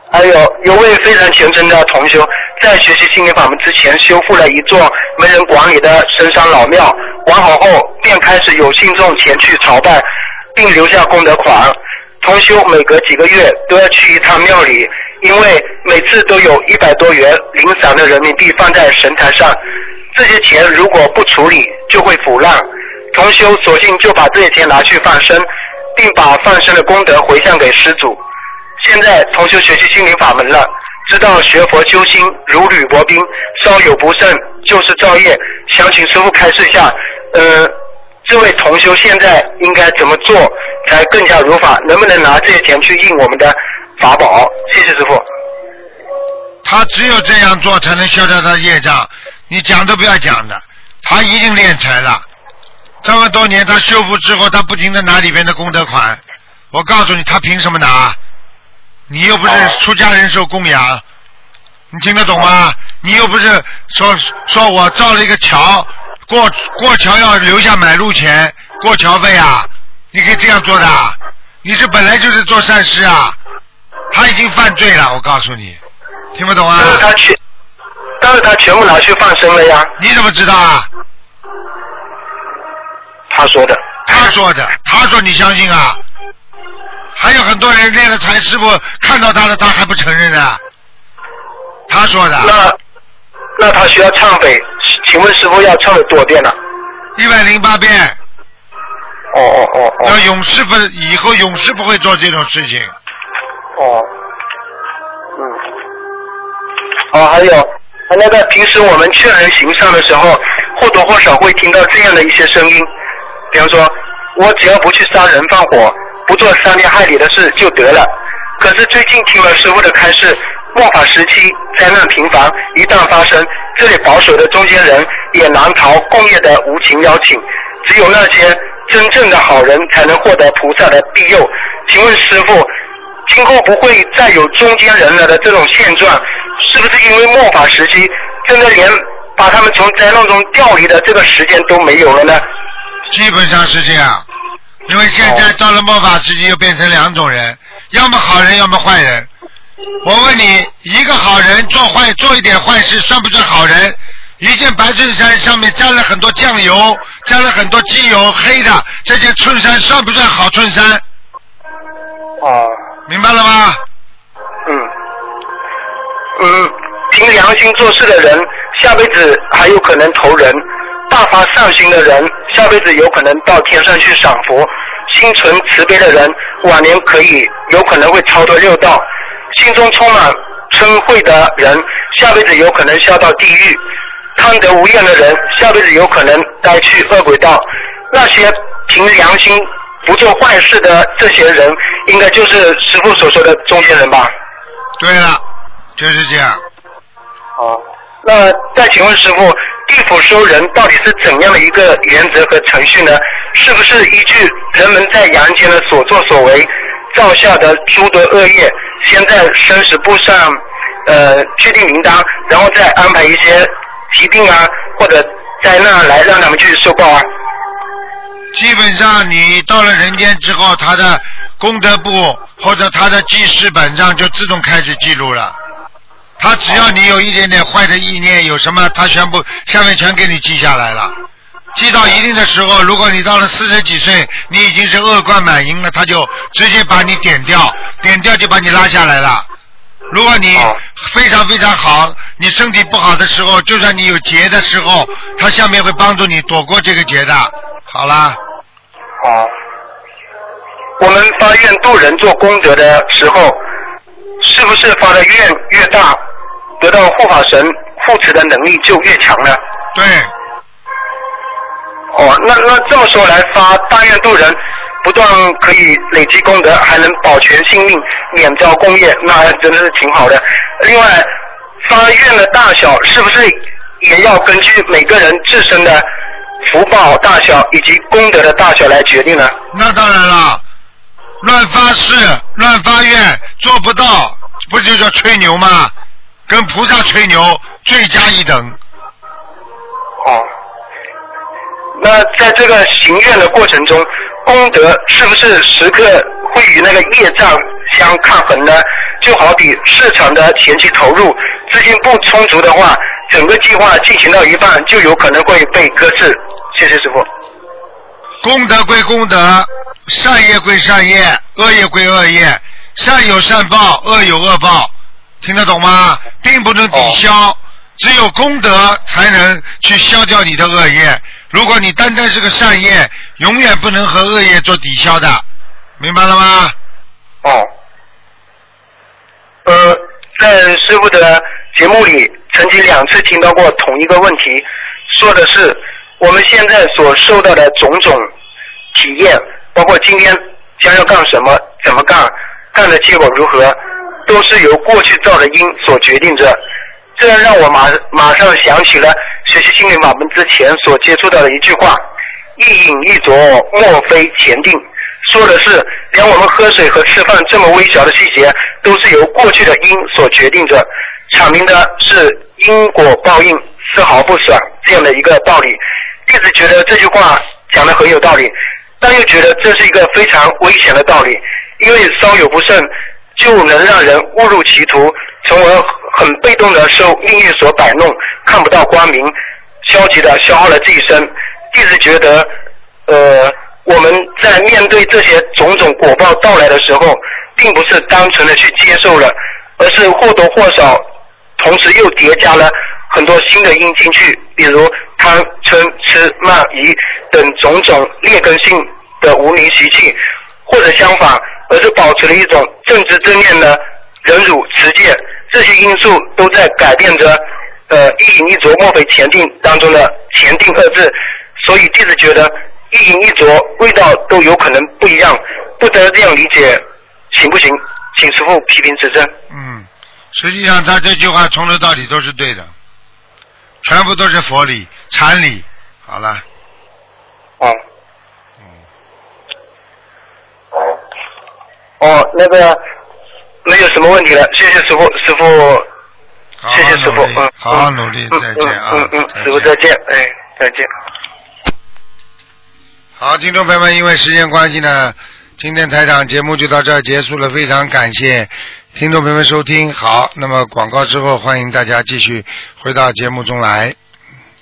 还有位非常虔诚的同修，在学习心灵法门之前，修复了一座没人管理的深山老庙，完好后便开始有信众前去朝拜，并留下功德款。同修每隔几个月都要去一趟庙里，因为每次都有100多元零散的人民币放在神台上，这些钱如果不处理就会腐烂。同修索性就把这些钱拿去放生，并把放生的功德回向给施主。现在同修学习心灵法门了，知道学佛修心如履薄冰，稍有不慎就是造业，想请师父开示一下，这位同修现在应该怎么做才更加如法？能不能拿这些钱去印我们的法宝？谢谢师父。 他只有这样做才能消掉他的业障，你讲都不要讲的，他一定敛财了。这么多年他修复之后，他不停地拿里面的功德款，我告诉你，他凭什么拿？你又不是出家人受供养，你听得懂吗？你又不是说我造了一个桥，过桥要留下买路钱，过桥费啊，你可以这样做的。你是本来就是做善事啊，他已经犯罪了，我告诉你，听不懂啊？ 但是他全部拿去放生了呀。 你怎么知道啊？ 他说的。 他说你相信啊？还有很多人练了财，师傅看到他了，他还不承认啊？他说的。 那他需要忏悔，请问师傅要忏悔多少遍呢 ？108遍。 哦。 要以后永世不会做这种事情。 还有那个平时我们劝人行善的时候，或多或少会听到这样的一些声音，比方说，我只要不去杀人放火，不做伤天害理的事就得了。可是最近听了师父的开示，末法时期灾难频繁，一旦发生，这里保守的中间人也难逃共业的无情邀请，只有那些真正的好人才能获得菩萨的庇佑。请问师父，今后不会再有中间人了的这种现状，是不是因为末法时期真的连把他们从灾难中调离的这个时间都没有了呢？ 基本上是这样，因为现在到了末法时期又变成2种人，要么好人要么坏人。我问你，一个好人做一点坏事算不算好人？一件白衬衫上面沾了很多酱油，沾了很多机油，黑的，这件衬衫算不算好衬衫？明白了吗？ 凭良心做事的人，下辈子还有可能投人；大发善心的人，下辈子有可能到天上去赏佛；心存慈悲的人，晚年有可能会超脱六道；心中充满嗔恚的人，下辈子有可能下到地狱；贪得无厌的人，下辈子有可能该去恶鬼道。那些凭良心不做坏事的这些人，应该就是师父所说的中间人吧？ 对了，就是这样。 那再请问师父，地府收人到底是怎样的一个原则和程序呢？是不是依据人们在阳间的所作所为造下的诸多恶业，先在生死簿上确定名单，然后再安排一些疾病啊或者灾难来让他们去受报啊？ 基本上你到了人间之后，他的功德簿或者他的记事本上就自动开始记录了。他只要你有一点点坏的意念，有什么他全部下面全给你记下来了。记到一定的时候，如果你到了40几岁，你已经是恶贯满盈了，他就直接把你点掉就把你拉下来了。如果你非常非常好，你身体不好的时候，就算你有劫的时候，他下面会帮助你躲过这个劫的。好啦。 我们发愿度人做功德的时候，是不是发的愿越大，得到护法神护持的能力就越强呢？ 对。 那这么说来，发大愿度人，不但可以累积功德，还能保全性命，免遭共业，那真的是挺好的。另外，发愿的大小是不是也要根据每个人自身的福报大小以及功德的大小来决定呢？ 那当然了，乱发誓乱发愿做不到，不就叫吹牛吗？跟菩萨吹牛罪加一等。 那在这个行愿的过程中，功德是不是时刻会与那个业障相抗衡呢？ 就好比市场的前期投入资金不充足的话，整个计划进行到一半就有可能会被搁置。谢谢师父。 功德归功德，善业归善业，恶业归恶业，善有善报，恶有恶报，听得懂吗？并不能抵消，只有功德才能去消掉你的恶业。如果你单单是个善业，永远不能和恶业做抵消的，明白了吗？ 在师父的节目里曾经2次听到过同一个问题，说的是我们现在所受到的种种体验，包括今天将要干什么，怎么干，干的结果如何，都是由过去造的因所决定着。这让我马上想起了学习心灵法门之前所接触到的一句话：一饮一啄，莫非前定。说的是连我们喝水和吃饭这么微小的细节都是由过去的因所决定着，阐明的是因果报应丝毫不爽这样的一个道理。弟子觉得这句话讲得很有道理，但又觉得这是一个非常危险的道理，因为稍有不慎就能让人误入歧途，从而很被动的受命运所摆弄，看不到光明，消极的消耗了这一生。弟子觉得我们在面对这些种种果报到来的时候，并不是单纯的去接受了，而是或多或少同时又叠加了很多新的因进去，比如贪嗔痴慢疑等种种劣根性的无名习气，或者相反，而是保持了一种正知正念的忍辱持戒，这些因素都在改变着一饮一啄莫非前定当中的前定2字。所以弟子觉得一饮一啄味道都有可能不一样，不得这样理解行不行？请师父批评指正。 实际上他这句话从头到底都是对的，全部都是佛理禅理。好了。 那个没有什么问题了，谢谢师父，谢谢师父， 好好努力，再见啊， 师父再见，再见。 好，听众朋友们，因为时间关系呢，今天台长节目就到这儿结束了，非常感谢听众朋友们收听。好，那么广告之后，欢迎大家继续回到节目中来。